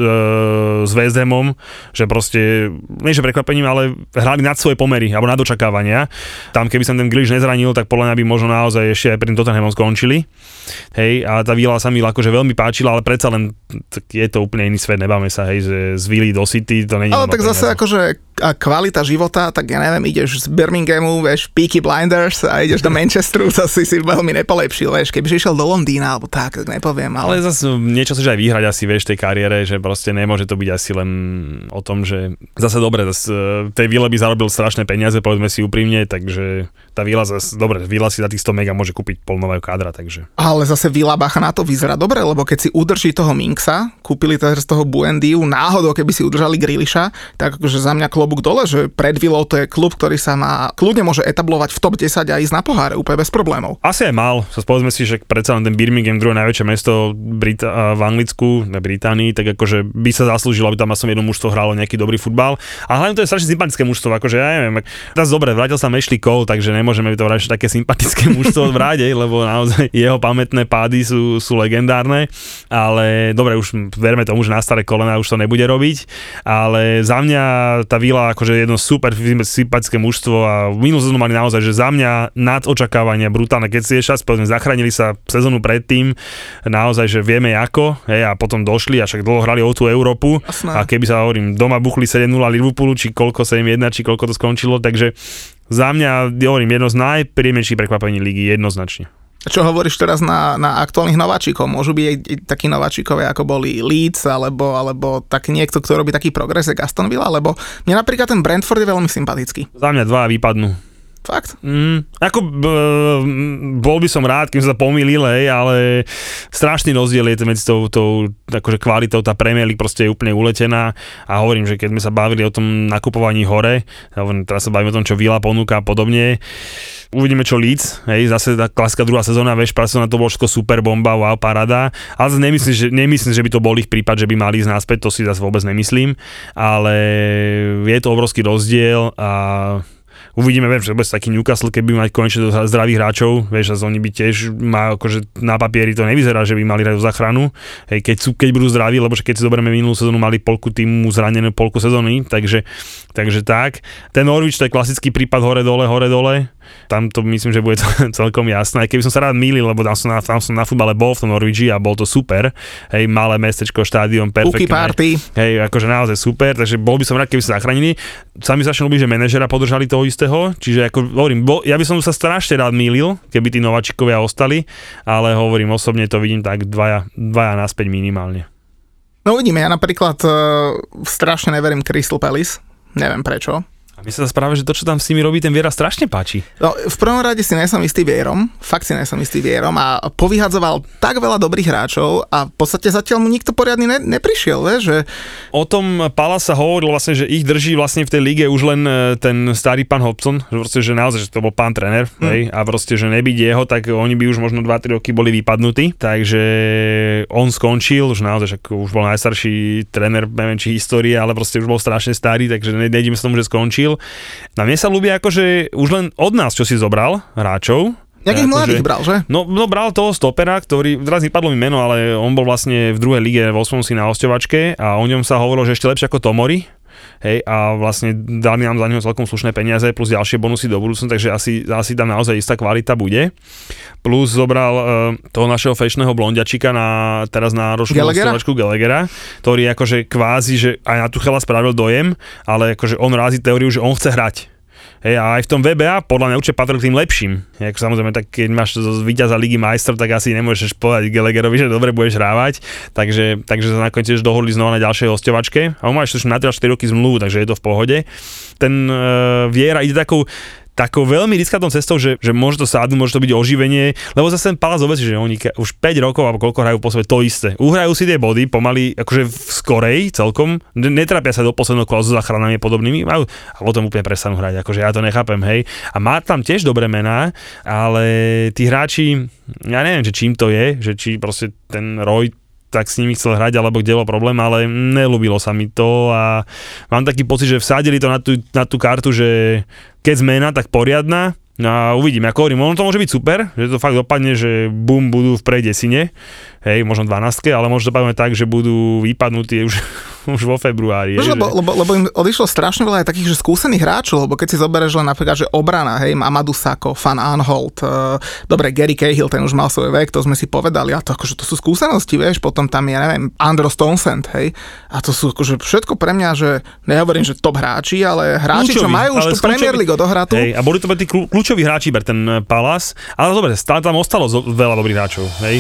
s West Hamom, že proste, nie že prekvapením, ale hrali nad svoje pomery, alebo nad očakávania. Tam keby sa ten Grealish nezranil, tak podľa mňa by možno naozaj ešte aj pred Tottenhamom skončili. Hej, a tá Villa sa mi akože veľmi páčila, ale predsa len je to úplne iný svet, nebáme sa, hej, že z Villy do City, to není. Ale tak zase akože a kvalita života, tak ja neviem, ideš z Birminghamu, vieš, Peaky Blinders a ideš do Manchesteru, zase si veľmi nepolepšil, vieš, kebyže išiel do Londýna, alebo tak, tak nepoviem. Ale, ale zase niečo sa aj vyhrať asi, vieš, tej kariére, že proste nemôže to byť asi len o tom, že zase dobre, zase tej Ville by zarobil strašné peniaze, povedzme si úprimne, takže tá Villa zase, dobre, Villa si za tých sto mega môže kúpiť pol nového kádra, takže. Ale zase Villa bacha na to vyzerá dobre, lebo keď si udrží toho Minksa, kúpili z toho Buendiu, náhodou keby si udržali Grealisha, tak akože za mňa klobúk dole, že pred Villou to je klub, ktorý sa má kľudne môže etablovať v top desať a ísť na poháre úplne bez problémov. Asi aj mal. So, povedzme si, že predsa len ten Birmingham, druhé najväčšie mesto Brita- v Anglicku, na Británii, tak akože by sa zaslúžilo, aby tam aspoň jedno mužstvo hralo nejaký dobrý futbal. A hlavne to je strašne sympatické mužstvo, akože ja neviem. Teraz dobre, vrátil sa Ashley Cole, takže nemôžeme to vrať také sympatické mužstvo vrátiť, lebo naozaj jeho pamätné pády sú, sú legendárne, ale dobre, už verme tomu, že na staré kolena už to nebude robiť, ale za mňa tá Villa akože jedno super sympatické mužstvo a v minulú sezónu mali naozaj, že za mňa nad očakávania brutálne, keď si je čas, povedzme, zachránili sa sezónu predtým, naozaj, že vieme ako, hej, a potom došli a však dlho hrali o tú Európu. Jasné. A keby sa, hovorím, doma buchli sedem nula Liverpoolu, či koľko, sedem jedna, či koľko to skončilo, takže za mňa, hovorím, jedno z najpríjemnejších prekvapení ligy, jednoznačne. Čo hovoríš teraz na, na aktuálnych nováčikov? Môžu byť aj takí nováčikovia, ako boli Leeds, alebo, alebo tak niekto, kto robí taký progres, jak Aston Villa, lebo mne napríklad ten Brentford je veľmi sympatický. Za mňa dva vypadnú. Fakt? Mm, ako b, bol by som rád, kým sa pomýlil, hej, ale strašný rozdiel je medzi tou, tou akože kvalitou, tá Premier League proste je úplne uletená a hovorím, že keď sme sa bavili o tom nakupovaní hore, hovorím, teraz sa bavíme o tom, čo Villa ponúka a podobne, uvidíme čo Leeds, hej, zase tá klasická druhá sezóna, vieš, práve na to bolo všetko super bomba, wow, paráda, ale zase nemyslím, že, nemyslím, že by to bol ich prípad, že by mali ísť naspäť, to si zase vôbec nemyslím, ale je to obrovský rozdiel a uvidíme, viem, že bude taký Newcastle, keby mať konečne zdravých hráčov, vieš, a oni by tiež má, akože na papieri to nevyzerá, že by mali hrať o záchranu, hej, keď, sú, keď budú zdraví, lebo keď si zoberieme minulú sezónu, mali polku týmu zranenú polku sezóny, takže, takže tak. Ten Norwich, to je klasický prípad hore-dole, hore-dole, tam to myslím, že bude celkom jasné, aj keby som sa rád mýlil, lebo tam som na, tam som na futbale bol v tom Norwichi a bol to super, hej, malé mestečko, štádion, perfektné. Uky party. Hej, akože naozaj super, takže bol by som rád, keby sa zachránili. Sami sa ľúbi, že manažera podržali toho istého, čiže ako hovorím, bo, ja by som sa strašne rád mýlil, keby tí nováčikovia ostali, ale hovorím, osobne to vidím tak dvaja, dvaja naspäť minimálne. No uvidíme, ja napríklad uh, strašne neverím Crystal Palace, neviem prečo. A mi sa práve, že to, čo tam s nimi robí, ten Viera strašne páči. No, v prvom rade si nesom istý Vierom, fakt si nesom istý Vierom a povyhadzoval tak veľa dobrých hráčov a v podstate zatiaľ mu nikto poriadny ne, neprišiel, vieš, že... O tom Palace sa hovorilo vlastne, že ich drží vlastne v tej lige už len ten starý pán Hobson, že, proste, že naozaj, že to bol pán tréner, hmm. hej, a proste, že nebyť jeho, tak oni by už možno dva tri roky boli vypadnutí, takže on skončil, už naozaj, že už bol najstarší tréner, neviem či histórie, ale proste už bol strašne starý, takže nejdeme sa tomu, že skončil. Na mne sa ľúbi akože už len od nás, čo si zobral hráčov. Nejakých mladých bral, že? No, no bral toho stopera, ktorý, teraz vypadlo mi meno, ale on bol vlastne v druhej lige v osmom si na hosťovačke a o ňom sa hovorilo, že ešte lepšie ako Tomori. Hej, a vlastne dali nám za neho celkom slušné peniaze plus ďalšie bonusy do budúcna, takže asi, asi tam naozaj istá kvalita bude. Plus zobral uh, toho našeho fešného blondiačika na, teraz na ročnú hosťovačku Gallaghera, ktorý akože kvázi, že aj na Tuchela spravil dojem, ale akože on rázi teóriu, že on chce hrať. Hej, a aj v tom vé bé á podľa mňa určite patril k tým lepším. Jako samozrejme, tak keď máš víťaza Ligy majstrov, tak asi nemôžeš povedať Gallagherovi, že dobre budeš hrávať. Takže, takže sa nakoniec tiež dohodli znova na ďalšej hosťovačke. A on má ešte na tri až štyri roky zmluvu, takže je to v pohode. Ten uh, Viera ide takou takou veľmi riskantnou cestou, že, že môže to sadnúť, môže to byť oživenie, lebo zase ten Palace obecne, že oni už päť rokov alebo koľko hrajú po sebe to isté. Uhrajú si tie body pomaly, akože v skorej celkom, netrápia sa do posledného kola so záchranami podobnými, majú, a potom úplne prestanú hrať, akože ja to nechápem, hej. A má tam tiež dobré mená, ale tí hráči, ja neviem, že čím to je, že či proste ten Roy tak s nimi chcel hrať, alebo kde bol problém, ale nelúbilo sa mi to a mám taký pocit, že vsadili to na tú, na tú kartu, že keď zmena, tak poriadna. No a uvidím, ako hovorím, ono to môže byť super, že to fakt dopadne, že bum, budú v prejdesine, hej, možno dvanástke, ale môže dopadnúť tak, že budú vypadnutí už, už vo februári. Hej, lebo, že... lebo, lebo im odišlo strašne veľa aj takých, že skúsených hráčov, lebo keď si zoberieš len napríklad, že obrana, hej, Amadou Sakho, Van Aanholt, uh, dobre, Gary Cahill, ten už mal svoj vek, to sme si povedali, a to, akože, to sú skúsenosti, vieš, potom tam je, ja neviem, Andros Townsend, hej, a to sú akože všetko pre mňa, že nehovorím, že top hráči, ale hráči, kľúčoví, čo majú už tú Premier League odohratú. Hej, a boli to tí kľúčoví hráči, ber ten Palace, ale dobre, stále tam ostalo veľa dobrých hráčov, hej.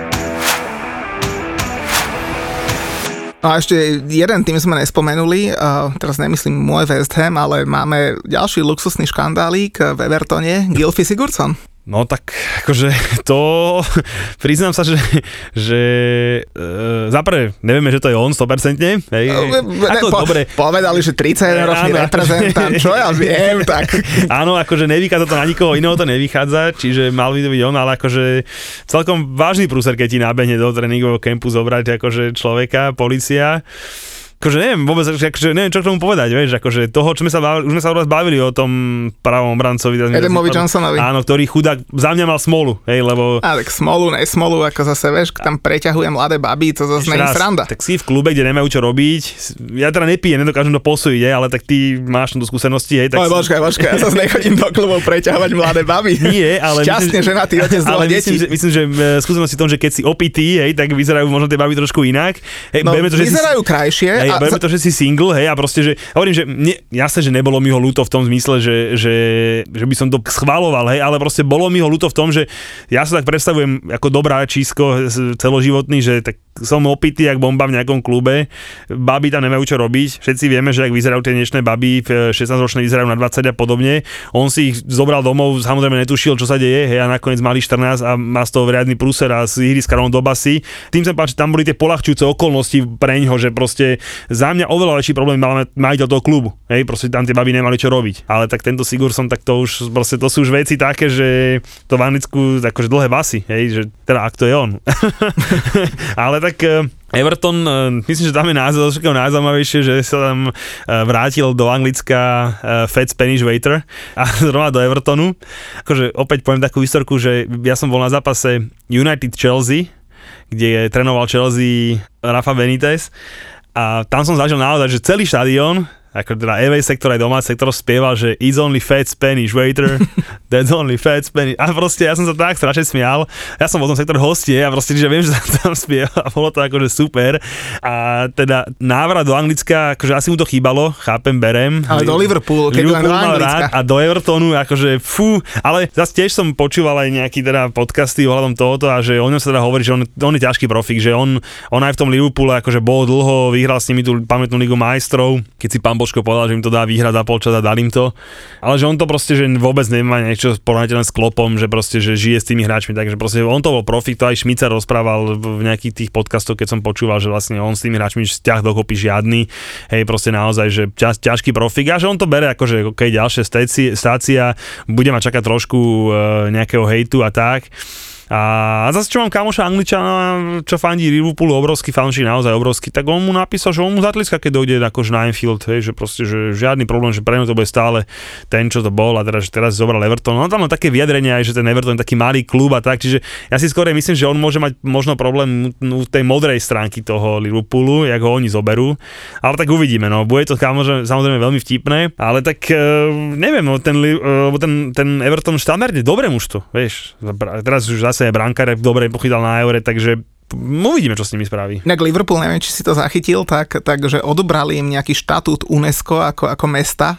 No a ešte jeden tým sme nespomenuli, uh, teraz nemyslím môj West Ham, ale máme ďalší luxusný škandálík v Evertone, Gylfi Sigurdsson. No tak akože to priznám sa, že, že e, zaprvé nevieme, že to je on sto percent. Hej, ne, ako, po, dobre. Povedali, že tridsaťjedenročný reprezentant, čo ja viem, tak. Áno, akože nevychádza to na nikoho iného, to nevychádza, čiže mal by to byť on, ale akože celkom vážny prúser, keď ti nábehne do tréningového kempu zobrať akože človeka, polícia. Akože neviem vôbec, akože neviem, čo k tomu povedať, vieš, akože toho, čo sme sa bavili, už sme sa u vás bavili o tom pravom obrancovi. Edamovi Johnsonovi. Áno, ktorý chudák za mňa mal smolu, hej, lebo... A tak smolu, ne smolu, ako zase, vieš, tam preťahuje mladé baby, to zase nie je sranda. Tak si v klube, kde nemajú čo robiť, ja teda nepijem, nedokážem to posúdiť, ale tak ty máš tu skúsenosti, hej, tak... Ale počkaj, počkaj, ja zase nechodím do klubov preťahovať mladé baby. Nie, ale... Šťastne, že na tý otec dvoch detí. Myslím, myslím, že skúsenosti v tom, že keď si opitý, hej, tak vyzerajú možno tie baby trošku inak. Hej, no, to, že vyzerajú si, krajšie. Hej, a berme to, že si single, hej, a proste, že hovorím, že mne, jasne, že nebolo mi ho ľúto v tom zmysle, že, že, že by som to schvaľoval, hej, ale proste bolo mi ho ľúto v tom, že ja sa tak predstavujem ako dobrá čísko celoživotný, že tak som opitý jak bomba v nejakom klube, baby tam nemajú čo robiť, všetci vieme, že ak vyzerajú tie dnešné baby, šestnásťročné vyzerajú na dvadsať a podobne, on si ich zobral domov, samozrejme netušil, čo sa deje, hej, a nakoniec mali štrnásť a má z toho riadny prúser a z ihriska rovno do basy. Tým sa páči, tam boli tie poľahčujúce okolnosti preňho, že proste za mňa oveľa väčší problém mal majiteľ toho klubu, hej, proste tam tie baby nemali čo robiť. Ale tak tento Sigurdsson, tak to už proste to sú už veci také, že to v Anglicku akože dlhé basy, hej, že teda ak to je on. Ale tak Everton, myslím, že tam je názor, všetko najzaujímavejšie, že sa tam vrátil do Anglicka Fat Spanish Waiter a zrovna do Evertonu. Akože opäť poviem takú historku, že ja som bol na zápase United Chelsea, kde trénoval Chelsea Rafa Benitez a tam som zažil naozaj, že celý štadión, ako teda away sektor aj domáci sektor spieval, že it's only fat Spanish waiter, that's only fat Spanish. A proste ja som sa tak strašne smial. Ja som bol v tom sektore hostie a proste, že viem, že sa tam spieval a bolo to akože super. A teda návrat do Anglicka, akože asi mu to chýbalo, chápem, berem. Ale do Liverpoolu, keď len do Anglicka. A do Evertonu, akože fú. Ale zase tiež som počúval aj nejaký teda podcasty ohľadom tohoto a že o ňom sa teda hovorí, že on, on je ťažký profík, že on, on aj v tom Liverpoole akože bol dlho, vyhral s nimi tú pamätnú ligu majstrov, keď si pán Božko povedal, že im to dá výhrať za polčas a dal im to. Ale že on to proste, že vôbec nemá niečo porovnateľné s Kloppom, že proste, že žije s tými hráčmi, takže proste on to bol profik, to aj Šmicar rozprával v nejakých tých podcastoch, keď som počúval, že vlastne on s tými hráčmi vzťah dokopy žiadny, hej, proste naozaj, že ťaž, ťažký profik a že on to bere ako, že okej, okay, ďalšia stácia, bude ma čakať trošku e, nejakého hejtu a tak. A zase čo mám kamoša Angličana, čo fandí Liverpoolu, obrovský fanúšik, naozaj obrovský, tak on mu napísal, že on mu zatliska, keď dojde akože na Anfield, hej, že proste, že žiadny problém, že pre ňu to bude stále ten, čo to bol a teda, že teraz zobral Everton. No tam má také vyjadrenia aj, že ten Everton je taký malý klub a tak, čiže ja si skôr myslím, že on môže mať možno problém v tej modrej stránky toho Liverpoolu, jak ho oni zoberú, ale tak uvidíme, no, bude to samozrejme veľmi vtipné, ale tak neviem, no, ten, ten, ten Everton štandardne dobre mužstvo, vieš, teraz už zase brankár dobre pochytal na Eure, takže uvidíme, čo s nimi spraví. Inak Liverpool, neviem, či si to zachytil, tak, takže odobrali im nejaký štatút UNESCO ako, ako mesta,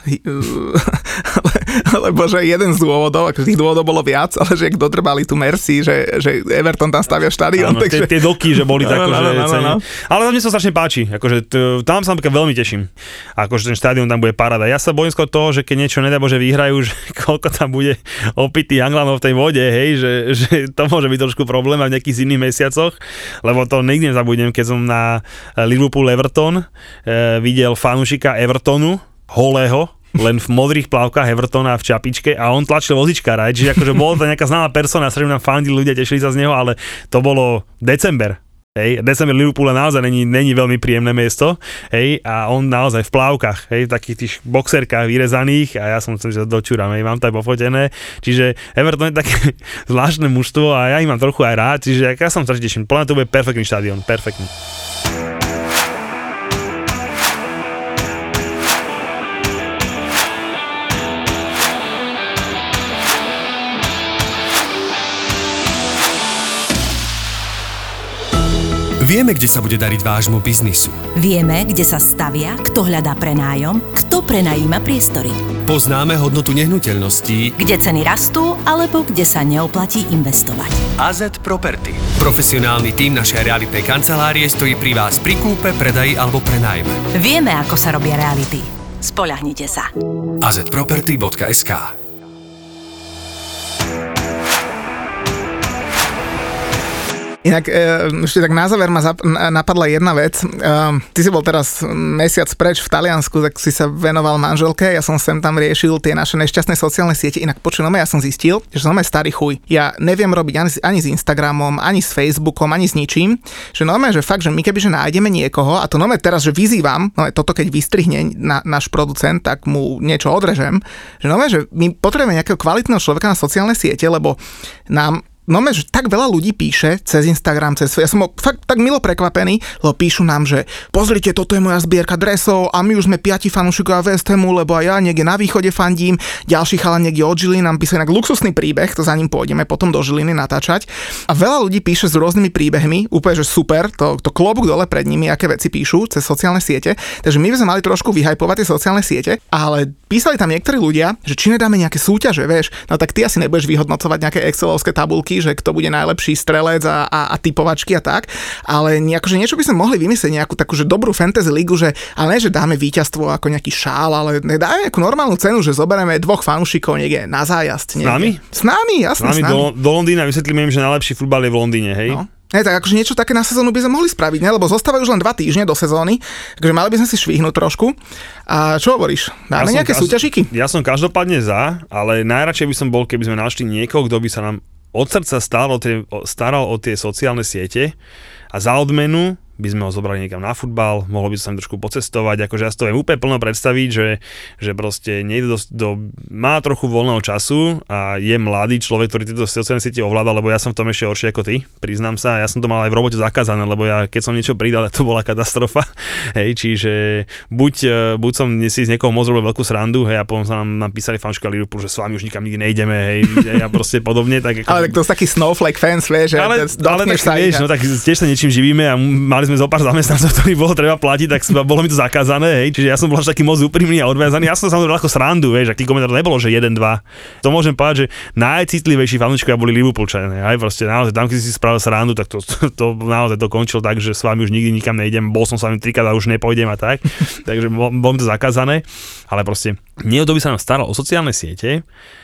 lebo že jeden z dôvodov, akože tých dôvodov bolo viac, ale že dotrvali tu Mercy, že, že Everton tam stavia štadión. Takže... Tie, tie doky, že boli tak, akože... No, no, no. Ale tam mne sa strašne páči, akože t- tam sa veľmi teším. Akože ten štadión tam bude paráda. Ja sa bojím skôr toho, že keď niečo nedá Bože vyhrajú, že koľko tam bude opitý Anglanov v tej vode, hej, že, že to môže byť trošku problém aj v nejakých iných mesiacoch. Lebo to nikdy nezabudnem, keď som na Liverpool Everton e, videl fanúšika Evertonu, holého, len v modrých plavkách Evertona v čapičke a on tlačil vozičkára, čiže akože bola to nejaká známa persona, sa nám fandili ľudia, tešili sa z neho, ale to bolo december. Hej, december Liverpoola naozaj není, není veľmi príjemné miesto, hej, a on naozaj v plávkach, hej, v takých tých boxerkách vyrezaných a ja som chcel, že dočúram, hej, mám to aj pofotené, čiže Everton je také zvláštne mužstvo a ja ich mám trochu aj rád, čiže ja som sa teším, plne to bude perfektný štadión, perfektný. Vieme, kde sa bude dariť vášmu biznisu. Vieme, kde sa stavia, kto hľadá prenájom, kto prenajíma priestory. Poznáme hodnotu nehnuteľností, kde ceny rastú, alebo kde sa neoplatí investovať. á zet Property. Profesionálny tím našej realitnej kancelárie stojí pri vás pri kúpe, predaji alebo prenájme. Vieme, ako sa robia reality. Spoľahnite sa. á zet property bodka es ká. Inak ešte tak na záver ma zap- napadla jedna vec. Ty si bol teraz mesiac preč v Taliansku, tak si sa venoval manželke, ja som sem tam riešil tie naše nešťastné sociálne siete. Inak počujem, ja som zistil, že som aj starý chuj. Ja neviem robiť ani, ani s Instagramom, ani s Facebookom, ani s ničím. Že normálne, že fakt, že my kebyže nájdeme niekoho, a to normálne teraz, že vyzývam, no toto keď vystrihne na, náš producent, tak mu niečo odrežem, že normálne, že my potrebujeme nejakého kvalitného človeka na sociálne siete, lebo nám no že tak veľa ľudí píše cez Instagram, cez... Ja som fakt tak milo prekvapený, lebo píšu nám, že pozrite, toto je moja zbierka dresov a my už sme piati fanúšikovia West Hamu, lebo aj ja niekde na východe fandím, ďalší chalan niekde od Žiliny nám píše inak luxusný príbeh, to za ním pôjdeme potom do Žiliny natáčať. A veľa ľudí píše s rôznymi príbehmi, úplne, že super, to, to klobúk dole pred nimi, aké veci píšu cez sociálne siete. Takže my by sme mali trošku vyhajpovať tie sociálne siete, ale písali tam niektorí ľudia, že či nedáme nejaké súťaže, vieš, no tak ty asi nebudeš vyhodnocovať nejaké excelovské tabulky, že kto bude najlepší strelec a, a, a typovačky a tak, ale nejako, že niečo by sme mohli vymyslieť, nejakú takú, že dobrú fantasy ligu, že, ale ne, že dáme víťazstvo ako nejaký šál, ale dáme nejakú normálnu cenu, že zoberieme dvoch fanúšikov niekde na zájazd. Niekde. S nami? S nami, jasne, s nami. Do, do Londýna vysvetlíme im, že najlepší futbal je v Londýne, hej? No. Ne, tak akože niečo také na sezónu by sme mohli spraviť, ne? Lebo zostávajú už len dva týždne do sezóny, takže mali by sme si švihnúť trošku. A čo hovoríš? Dáme ja nejaké každ- súťažiky? Ja som každopádne za, ale najradšej by som bol, keby sme našli niekoho, kto by sa nám od srdca staral o tie, staral o tie sociálne siete a za odmenu by sme ho zobrali niekam na futbal, mohlo by sa tam trošku pocestovať, akože ja si to viem úplne plno predstaviť, že, že proste niekto do, do, má trochu voľného času a je mladý človek, ktorý tieto sociálne siete ovláda, lebo ja som v tom ešte horšie ako ty, priznám sa, ja som to mal aj v robote zakázané, lebo ja keď som niečo pridal, to bola katastrofa, hej, čiže buď, buď som si z niekoho moc robil veľkú srandu, hej, a potom sa nám napísali fanúšikovia Liverpoolu, že s vami už nikam nikdy nejdeme, hej, a proste podobne, tak ako... Ale tak to je taký snowflake fans, vieš, že ale, ale tak, vieš, no tak tiež sa niečím živíme a mali mali sme zo pár zamestnancov, ktorí bolo treba platiť, tak bolo mi to zakázané, hej. Čiže ja som bol až taký moc úprimný a odviazaný. Ja som sa samozrejme ako srandu, vieš, ak tých komentárov nebolo, že jeden, dva. To môžem povedať, že najcitlivejší fanúšikovia boli Liverpoolčania, hej. Proste naozaj tam, keď si spravil srandu, tak to, to, to naozaj to končilo tak, že s vami už nikdy nikam nejdem. Bol som s vami trikrát a už nepôjdem a tak. Takže bolo mi to zakázané, ale proste niekto by sa nám staral o sociálne siete.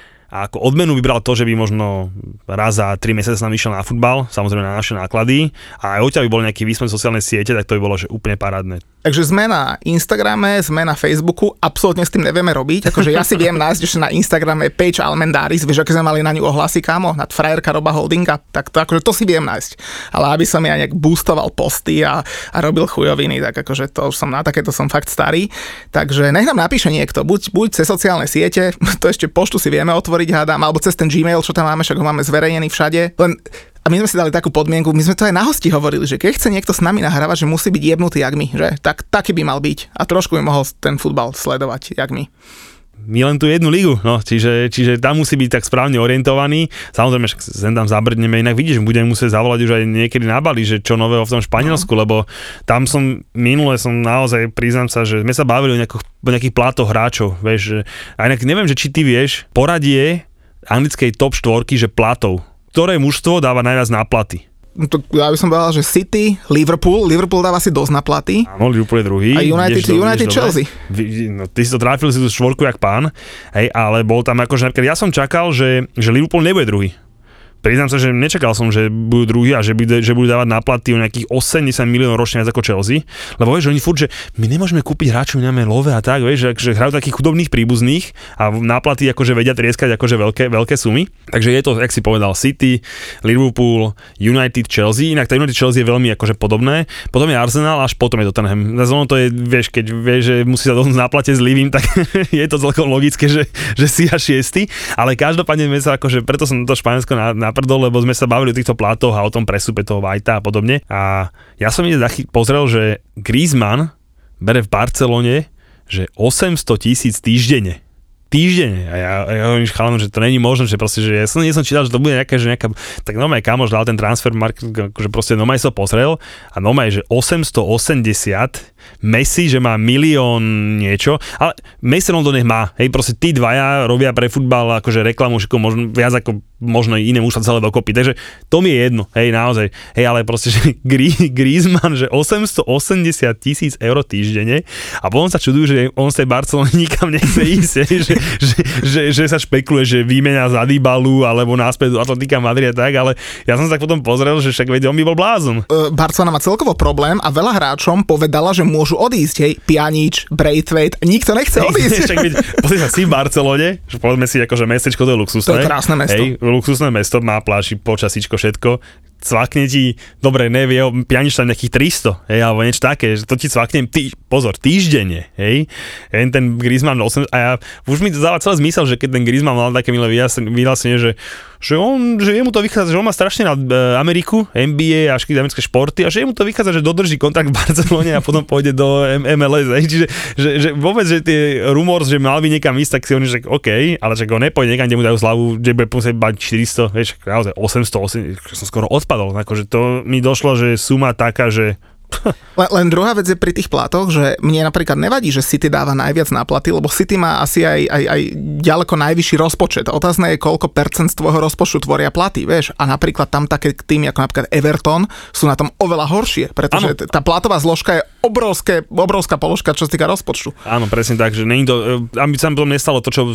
A ako odmenu vybral to, že by možno raz za tri mesiace sa nám išiel na futbal, samozrejme na naše náklady, a aj odtiaľ by bol nejaký výsmeh sociálnej siete, tak to by bolo že úplne parádne. Takže sme na Instagrame, sme na Facebooku, absolútne s tým nevieme robiť. Akože ja si viem nájsť, že na Instagrame Page Almendaris, vieš, aké sme mali na ňu ohlasy, kámo, nad frajerka Roba Holdinga, tak to, akože to si viem nájsť. Ale aby som ja nejak boostoval posty a, a robil chujoviny, tak akože to už som na takéto som fakt starý. Takže nech nám napíše niekto, buď, buď cez sociálne siete, to ešte poštu si vieme otvoriť, hádam, alebo cez ten Gmail, čo tam máme, však ho máme zverejnený všade. Len a my sme si dali takú podmienku, my sme to aj na hosti hovorili, že keď chce niekto s nami nahrávať, že musí byť jebnutý jak my, že? Tak, taký by mal byť a trošku by mohol ten futbal sledovať jak my. My len tú jednu ligu, no, čiže, čiže tam musí byť tak správne orientovaný. Samozrejme, však sem tam zabrdneme, inak vidíš, budeme musieť zavolať už aj niekedy na Bali, že čo nového v tom Španielsku, no. Lebo tam som, minule som naozaj, priznám sa, že sme sa bavili o nejakých, o nejakých plátoch hráčov, vieš, že, a inak neviem, že či ty vieš, poradie anglickej top štvorky, že platov. Ktoré mužstvo dáva najviac na platy? To, ja by som povedal, že City, Liverpool, Liverpool dáva si dosť na platy. Áno, Liverpool je druhý. A United, do, United Chelsea. No, ty si to trafil, si tú štvorku jak pán, hej, ale bol tam akože, napríklad ja som čakal, že, že Liverpool nebude druhý. Priznám sa, že nečakal som, že budú druhý a že, bude, že budú dávať na platy o nejakých osemdesiat miliónov ročne viac ako Chelsea. Lebo vieš, oni furt, že my nemôžeme kúpiť hráčov, my máme love a tak, vieš, že, že hrajú takých chudobných príbuzných a na platy akože vedia trieskať akože veľké, veľké sumy. Takže je to, jak si povedal, City, Liverpool, United, Chelsea. Inak tá United Chelsea je veľmi akože podobné. Potom je Arsenal, až potom je Tottenham. Zase to je, vieš, keď vieš, že musí sa dohodnúť na plate s Livím, tak je to celkom logické, že, že si a šiesty. Ale každopádne sme sa akože, preto som to Španielsko na, na prdol, lebo sme sa bavili o týchto plátoch a o tom presupe toho Whitea a podobne. A ja som ide pozrel, že Griezmann bere v Barcelone, že osemsto tisíc týždenne. Týždenne. A ja, ja hovorím chalanom, že to není možné, že proste, že ja som, nie som čítal, že to bude nejaká, že nejaká, tak normálne kamoš dal ten transfer market, že proste normálne sa pozrel a normálne, že osemstoosemdesiat, Messi, že má milión niečo, ale Messi to nech má, hej, proste tí dvaja robia pre futbal akože reklamu, že možno viac ako možno iné mužstva celé dokopy, takže to mi je jedno, hej, naozaj, hej, ale proste, že Griezmann, že osemstoosemdesiat tisíc eur týždenne a potom sa čudujú, že on z tej Barcelony nikam nechce ísť, hej, že, že, že, že sa špekuluje, že výmenia za Dybalu alebo náspäť do Atletika Madrid a tak, ale ja som sa tak potom pozrel, že však veď on by bol blázon. Barcelona má celkovo problém a veľa hráčom povedala, že môžu odísť, hej, Pjanič, Braithwaite, nikto nechce odísť. Však veď, pozri sa, si v Barcelone, že povedzme si, akože mestečko, to je luxusné. To je krásne mesto. Hej, luxusné mesto, má pláži, počasíčko, všetko. Cvakne ti, dobre, nevie, Pjanič tam nejakých tristo, hej, alebo niečo také, že to ti cvakne, tý, pozor, týždenne, hej, jen ten Griezmann osem, a ja, už mi to dáva celý zmysel, že keď ten Griezmann mal také milé vyhlásenie, že, že on, že jemu to vychádza, že on má strašne na Ameriku, N B A a všetky americké športy a že jemu to vychádza, že dodrží kontrakt v Barcelone a potom pôjde do M L S, hej, čiže, že, že vôbec, že tie rumors, že mal by niekam ísť, tak si oni, že OK, ale že ho nepôjde niekam, kde mu dajú slavu, že bude musieť mať štyristo, vieš, naozaj osemsto, osemsto, som skoro odpadol, akože to mi došlo, že suma taká, že Len, len druhá vec je pri tých platoch, že mne napríklad nevadí, že City dáva najviac na platy, lebo City má asi aj, aj, aj ďaleko najvyšší rozpočet. Otázne je, koľko percent z tvojho rozpočtu tvoria platy, vieš. A napríklad tam také týmy ako napríklad Everton sú na tom oveľa horšie, pretože ano. Tá platová zložka je obrovské, obrovská položka, čo sa týka rozpočtu. Áno, presne tak, že není to, aby sa potom nestalo to, čo v,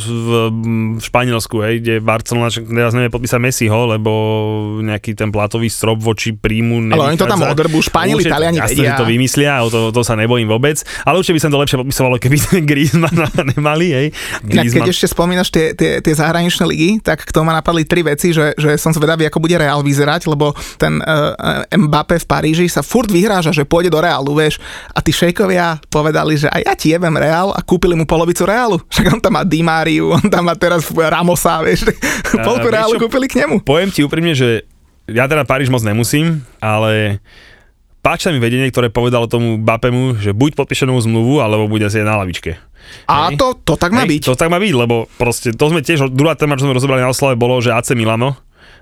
v Španielsku, hej, kde Barcelona teraz nevie podpísať Messiho, lebo nejaký ten platový strop voči príjmu nevychádza. Ale oni to tam odrbú, Španieli, Taliani vedia. To vymyslia, o to, to sa nebojím vôbec, ale určite by sa to lepšie podpisovalo, keby ten Griezmann nemali, hej. Griezmann. Keď ešte spomínaš tie, tie, tie zahraničné ligy, tak k tomu ma napadli tri veci, že, že som zvedavý, ako bude Real vyzerať, lebo ten uh, Mbappé v Paríži sa furt vyhráža, že pôjde do Realu, vieš. A tí šejkovia povedali, že aj ja ti jebem Real a kúpili mu polovicu Realu. Však on tam má Di Mariu, on tam má teraz Ramosa, vieš. Polku Realu kúpili k nemu. Poviem ti úprimne, že ja teda Paríž moc nemusím, ale páči sa mi vedenie, ktoré povedalo tomu Mbappému, že buď podpíšenú zmluvu, alebo bude asi na lavičke. A to, to tak má Hej, byť. To tak má byť, lebo proste to sme tiež, druhá téma, čo sme rozobrali na oslave, bolo, že á cé Milano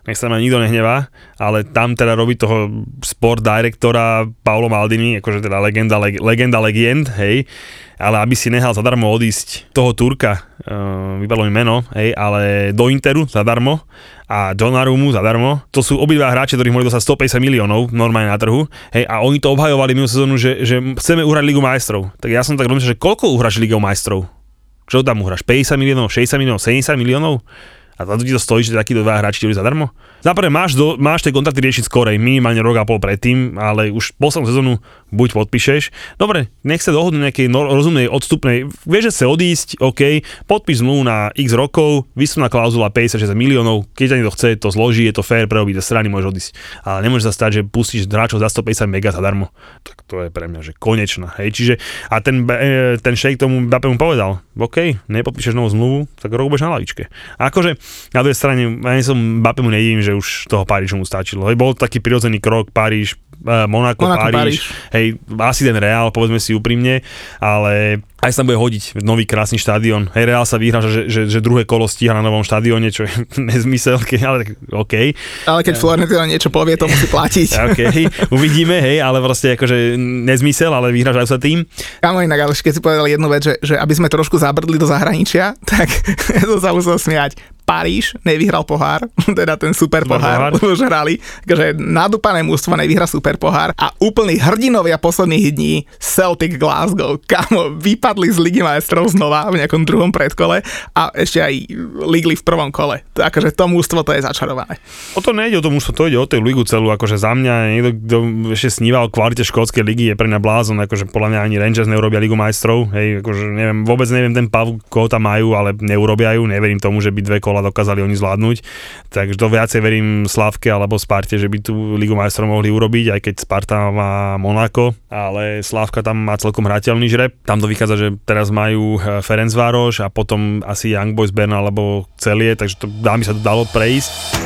nech sa ma nikto nehnevá, ale tam teda robí toho sport directora Paolo Maldini, akože teda legenda, leg, legenda legend, hej, ale aby si nehal zadarmo odísť toho Turka, uh, vypadlo mi meno, hej, ale do Interu zadarmo a Donnarummu zadarmo, to sú obidva hráči, ktorých mohli dostať stopäťdesiat miliónov normálne na trhu, hej, a oni to obhajovali minulú sezónu, že, že chceme uhrať Ligu majstrov. Tak ja som tak rozmýšľal, že koľko uhráš Ligou majstrov? Čo tam uhráš? päťdesiat miliónov, šesťdesiat miliónov, sedemdesiat miliónov? A za to ti to stojí, že takíto dva hráči ti zadarmo? Zaprvé máš, do, máš tie kontrakty riešiť skorej, minimálne rok a pol predtým, ale už poslednú sezónu buď podpíšeš. Dobre, nech sa dohodnú nejakej no, rozumnej odstupnej. Vieš, že chce odísť, OK, podpíš zmluvu na x rokov, výslovná klauzula päťdesiat šesť miliónov, keď ťa niekto chce, to zloží, je to fair pre obidve strany, môžeš odísť. Ale nemôže sa stať, že pustíš hráčov za stopäťdesiat mega zadarmo. Tak to je pre mňa, že konečná. Hej, čiže a ten, ten šejk tomu Mbappému povedal, OK, nepodpíšeš novú zmluvu, tak rok budeš na lavičke. A akože na druhej strane, ja som Mbappému nedivím, že už toho Parížu mu stačilo. Hej, bol taký prirodzený krok, Paríž, Monako, Monako Paríž, Paríž, hej, asi ten Real, povedzme si úprimne, ale aj sa bude hodiť nový krásny štadión. Hej, Real sa vyhráža, že, že, že druhé kolo stíha na novom štadióne, čo je nezmysel, ale OK. Ale keď Florentino niečo povie, to musí platiť. OK, uvidíme, hej, ale proste akože nezmysel, ale vyhrážajú sa tým. Kámo, inak, ale keď si povedal jednu vec, že, že aby sme trošku zabrdli do zahraničia, tak to sa musel smiať. Paríž nevyhral pohár, teda ten super pohár, lebo už hrali, že nadúpané mužstvo nevyhrá super pohár a úplní hrdinovia posledných dní Celtic Glasgow, kamo, vypadli z Ligy majstrov znova v nejakom druhom predkole a ešte aj ligli v prvom kole. Akože to mužstvo to je začarované. O to nejde o to mužstvo, to ide o tej ligu celú, akože za mňa niekto, kto ešte sníva o kvalite škótskej ligy, je pre mňa blázon, akože podľa mňa ani Rangers neurobia Ligu majstrov, hej, akože neviem, vôbec neviem ten pav, koho tam majú, ale neurobia ju, neverím tomu, že by dve kola dokázali oni zvládnuť. Takže to viacej verím Slavke alebo Sparte, že by tú Ligu majstrov mohli urobiť, aj keď Sparta má Monako, ale Slavka tam má celkom hrateľný žreb. Tam to vychádza, že teraz majú Ferencvároš a potom asi Young Boys Bern alebo Celie, takže to dá mi sa to dalo prejsť.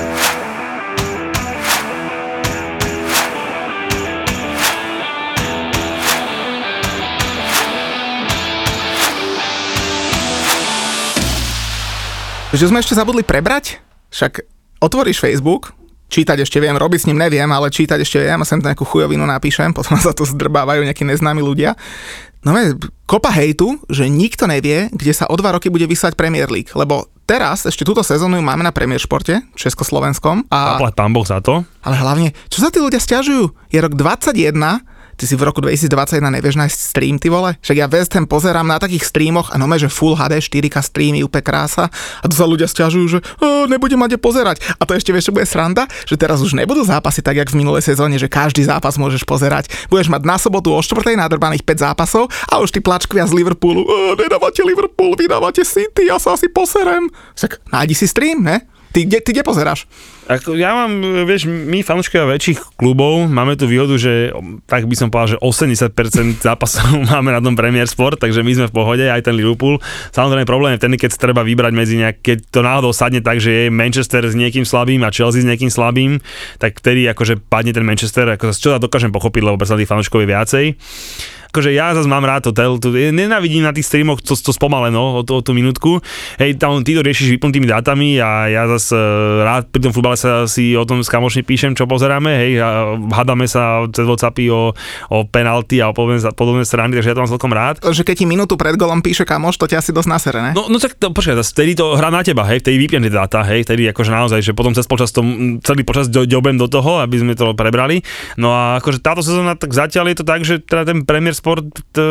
Že sme ešte zabudli prebrať? Však otvoríš Facebook, čítať ešte viem, robiť s ním neviem, ale čítať ešte viem a sem to nejakú chujovinu napíšem, potom sa to zdrbávajú nejakí neznámi ľudia. No je kopa hejtu, že nikto nevie, kde sa o dva roky bude vysielať Premier League, lebo teraz, ešte túto sezónu ju máme na Premier Športe, Československom. A zaplať pán Boh za to. Ale hlavne, čo sa tí ľudia sťažujú? Je rok dvadsaťjeden, ty si v roku dvetisícdvadsaťjeden nevieš nájsť stream, ty vole? Však ja West Ham pozerám na takých streamoch a no že Full há dé štyri ká streamy, úplne krása a tu sa ľudia sťažujú, že oh, nebudem mať pozerať. A to ešte vieš, čo bude sranda? Že teraz už nebudú zápasy tak, jak v minulej sezóne, že každý zápas môžeš pozerať. Budeš mať na sobotu o štvrtej nadrbaných päť zápasov a už tí plačkovia z Liverpoolu, oh, nedávate Liverpool, vydávate City, ja sa asi poserem. Však nájdi si stream, ne? Ty kde, ty kde pozeráš? Ako, ja mám, vieš, my fanúšikovia väčších klubov máme tú výhodu, že tak by som povedal, že osemdesiat percent zápasov máme na tom Premier Sport, takže my sme v pohode, aj ten Liverpool. Samozrejme problém je ten, keď sa treba vybrať medzi nejak, keď to náhodou sadne tak, že je Manchester s niekým slabým a Chelsea s niekým slabým, tak vtedy akože padne ten Manchester, ako čo sa dokážem pochopiť, lebo predsa tých fanúšikov je viacej. Akože ja zase mám rád to tel, to, nenávidím na tých streamoch to, to spomaleno o, to, o tú minútku. Hej, tam ty to riešiš vypnutými dátami a ja zase rád pri tom futbale sa si o tom s kamošmi píšem, čo pozeráme, hej, a hádame sa cez WhatsAppy o, o penalty a o podobné, podobné strany, takže ja to mám celkom rád. Že keď ti minútu pred golom píše kamoš, to ťa asi dosť nasere, ne? No, no tak to, počkaj, vtedy to hrá na teba, hej, vtedy vypnem tie dáta, hej, vtedy akože naozaj, že potom cez počas to, celý počas ďobem do toho, aby sme to prebrali. No a akože táto sezóna, tak zatiaľ je to tak, že teda ten Premier Sport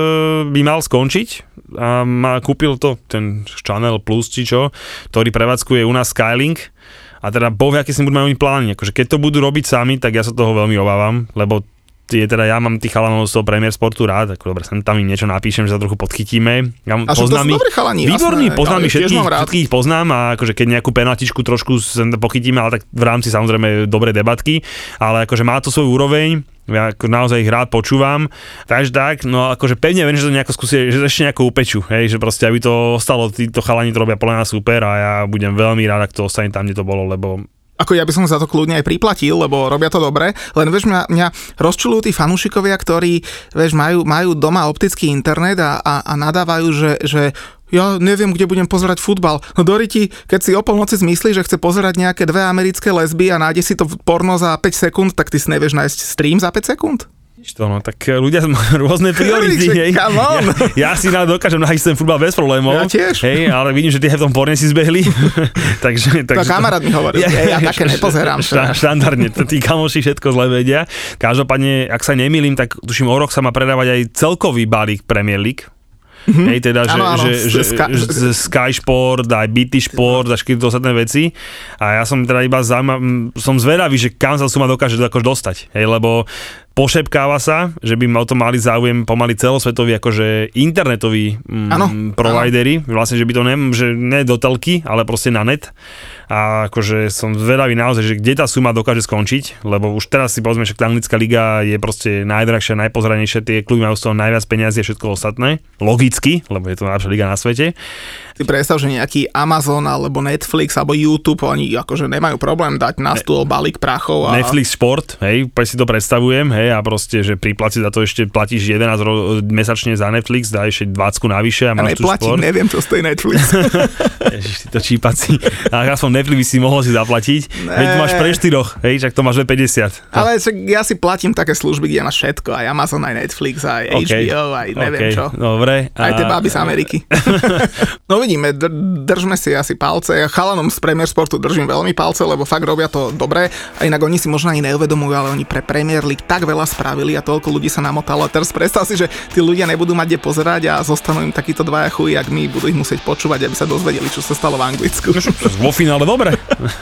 by mal skončiť a ma kúpil to ten Channel Plus či čo, ktorý prevádzkuje u nás Skylink a teda boh, aké si budú mať plány, akože keď to budú robiť sami, tak ja sa toho veľmi obávam, lebo je teda, ja mám tých chalanov z toho Premier Sportu rád, ako dobre, sem tam im niečo napíšem, že sa trochu podchytíme. Ja a poznám ich, chalani, výborný, jasné, poznám ich, všetkých, všetkých poznám a akože keď nejakú penaltičku trošku sem pochytíme, ale tak v rámci samozrejme dobrej debatky, ale akože má to svoju úroveň, ja ako naozaj ich rád počúvam, takže tak, no akože pevne viem, že to nejako skúsi, že ešte nejako upeču, hej, že proste aby to ostalo, títo chalani to robia podľa nás super a ja budem veľmi rád, ak to ostane tam, kde to bolo, lebo ako ja by som za to kľudne aj priplatil, lebo robia to dobre, len vieš, mňa, mňa rozčulujú tí fanúšikovia, ktorí, vieš, majú, majú doma optický internet a, a, a nadávajú, že, že ja neviem, kde budem pozerať futbal. No Doriti, keď si o polnoci zmyslí, že chce pozerať nejaké dve americké lesby a nájde si to porno za päť sekúnd, tak ty si nevieš nájsť stream za päť sekúnd? To, no, tak ľudia majú rôzne priority, hej. Ja, ja si na dokážem nájsť ten futbal bez problémov. Ja tiež. Hej, ale vidím, že ty v tom porne si zbehli. takže, takže to kamarát mi hovoril, ja, ja, ja také nepozerám. Šta, štandardne, tí kamoši všetko zle vedia. Každopádne, ak sa nemýlim, tak tuším, o rok sa má predávať aj celkový balík Premier League. Mm-hmm. Hej, teda, že, ano, ano, že, že, Sky, že Sky Sport, aj bé té Sport a všetky ostatné veci. A ja som teda iba zaujímav, som zvedavý, že kam sa suma dokáže akože dostať. Hej, lebo pošepkáva sa, že by ma o to mali záujem pomaly celosvetoví akože internetoví mm, providery. Vlastne, že by to ne, že ne do telky, ale proste na net. A akože som zvedavý naozaj, že kde tá suma dokáže skončiť, lebo už teraz si povedzme, že tá anglická liga je proste najdrahšia, najpozeranejšia, tie kluby majú z toho najviac peniazy a všetko ostatné. Logicky, lebo je to najlepšia liga na svete. Si predstav, že nejaký Amazon alebo Netflix alebo YouTube, oni akože nemajú problém dať na stôl balík prachov. A... Netflix Sport, hej, si to predstavujem, hej, a proste, že pri placi za to ešte platíš jedenásť ro- mesačne za Netflix, dá ešte dvadsať navyše a máš tu neplatím, Sport. Neviem, čo stojí Netflix. Ježiš, ty to čípaci. A ja som Netflix si mohol si zaplatiť, ne. Veď to máš pre štyroch, hej, čak to máš päťdesiat. Ale ja si platím také služby, kde máš všetko, aj Amazon, aj Netflix, aj okay. há bé ó, aj neviem okay. čo. Dobre. Aj tie báby z Ameriky. No vidíme, dr- držme si asi palce. Ja chalanom z Premier Sportu držím veľmi palce, lebo fakt robia to dobre. A inak oni si možno ani neuvedomujú, ale oni pre Premier League tak veľa spravili a toľko ľudí sa namotalo. A teraz predstav si, že tí ľudia nebudú mať kde pozerať a zostanú im takíto dvaja chuji, jak my, budú ich musieť počúvať, aby sa dozvedeli, čo sa stalo v Anglicku. Vo finále dobre.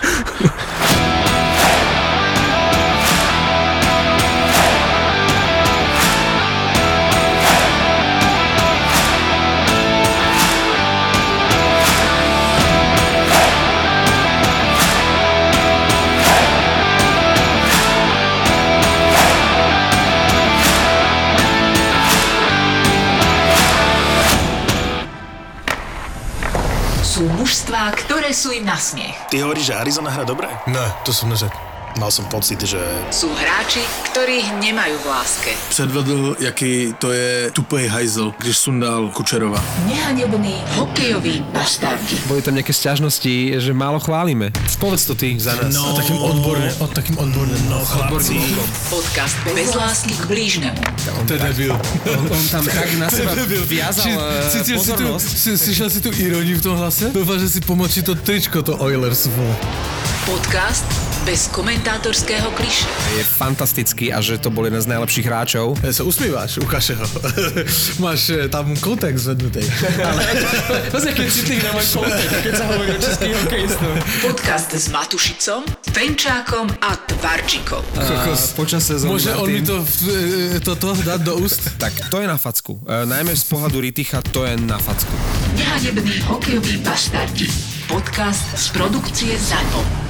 Sú mužstvá, ktoré sú im na smiech. Ty hovoríš, že Arizona hrá dobre? Ne, to som neřekl. Mal som pocit, že... Sú hráči, ktorých nemajú v láske. Předvedl, jaký to je tupej hajzel, když sundal Kučerova. Nehanebný hokejový bastardi. Boli tam nejaké sťažnosti, že málo chválime. Povedz to ty za nás. No, takým odborným, o takým odborným, no chlapci. Podcast bez lásky k blížnemu. To je debil. On, on tam tak na seba viazal Či, pozornosť. si, si, slyšel si tu iróniu v tom hlase? Dúfam, že si pomočí to tričko, to Oilers. Podcast bez komentátorského kliše. Je fantastický a že to bol jeden z najlepších hráčov. Ja sa usmíváš, ukáže ho. Máš tam kontext zvednutej. Ale to je keď citlivý na môj kontext, keď sa hovorí o českých hokejistov. Podcast s Matušicom, Fenčákom a Tvarčikom. Počas sezóny môže on mi to, toto dať do úst? Tak to je na facku. E, najmä z pohľadu Riticha to je na facku. Nehanebný hokejový bastardi. Podcast z produkcie ZAPO.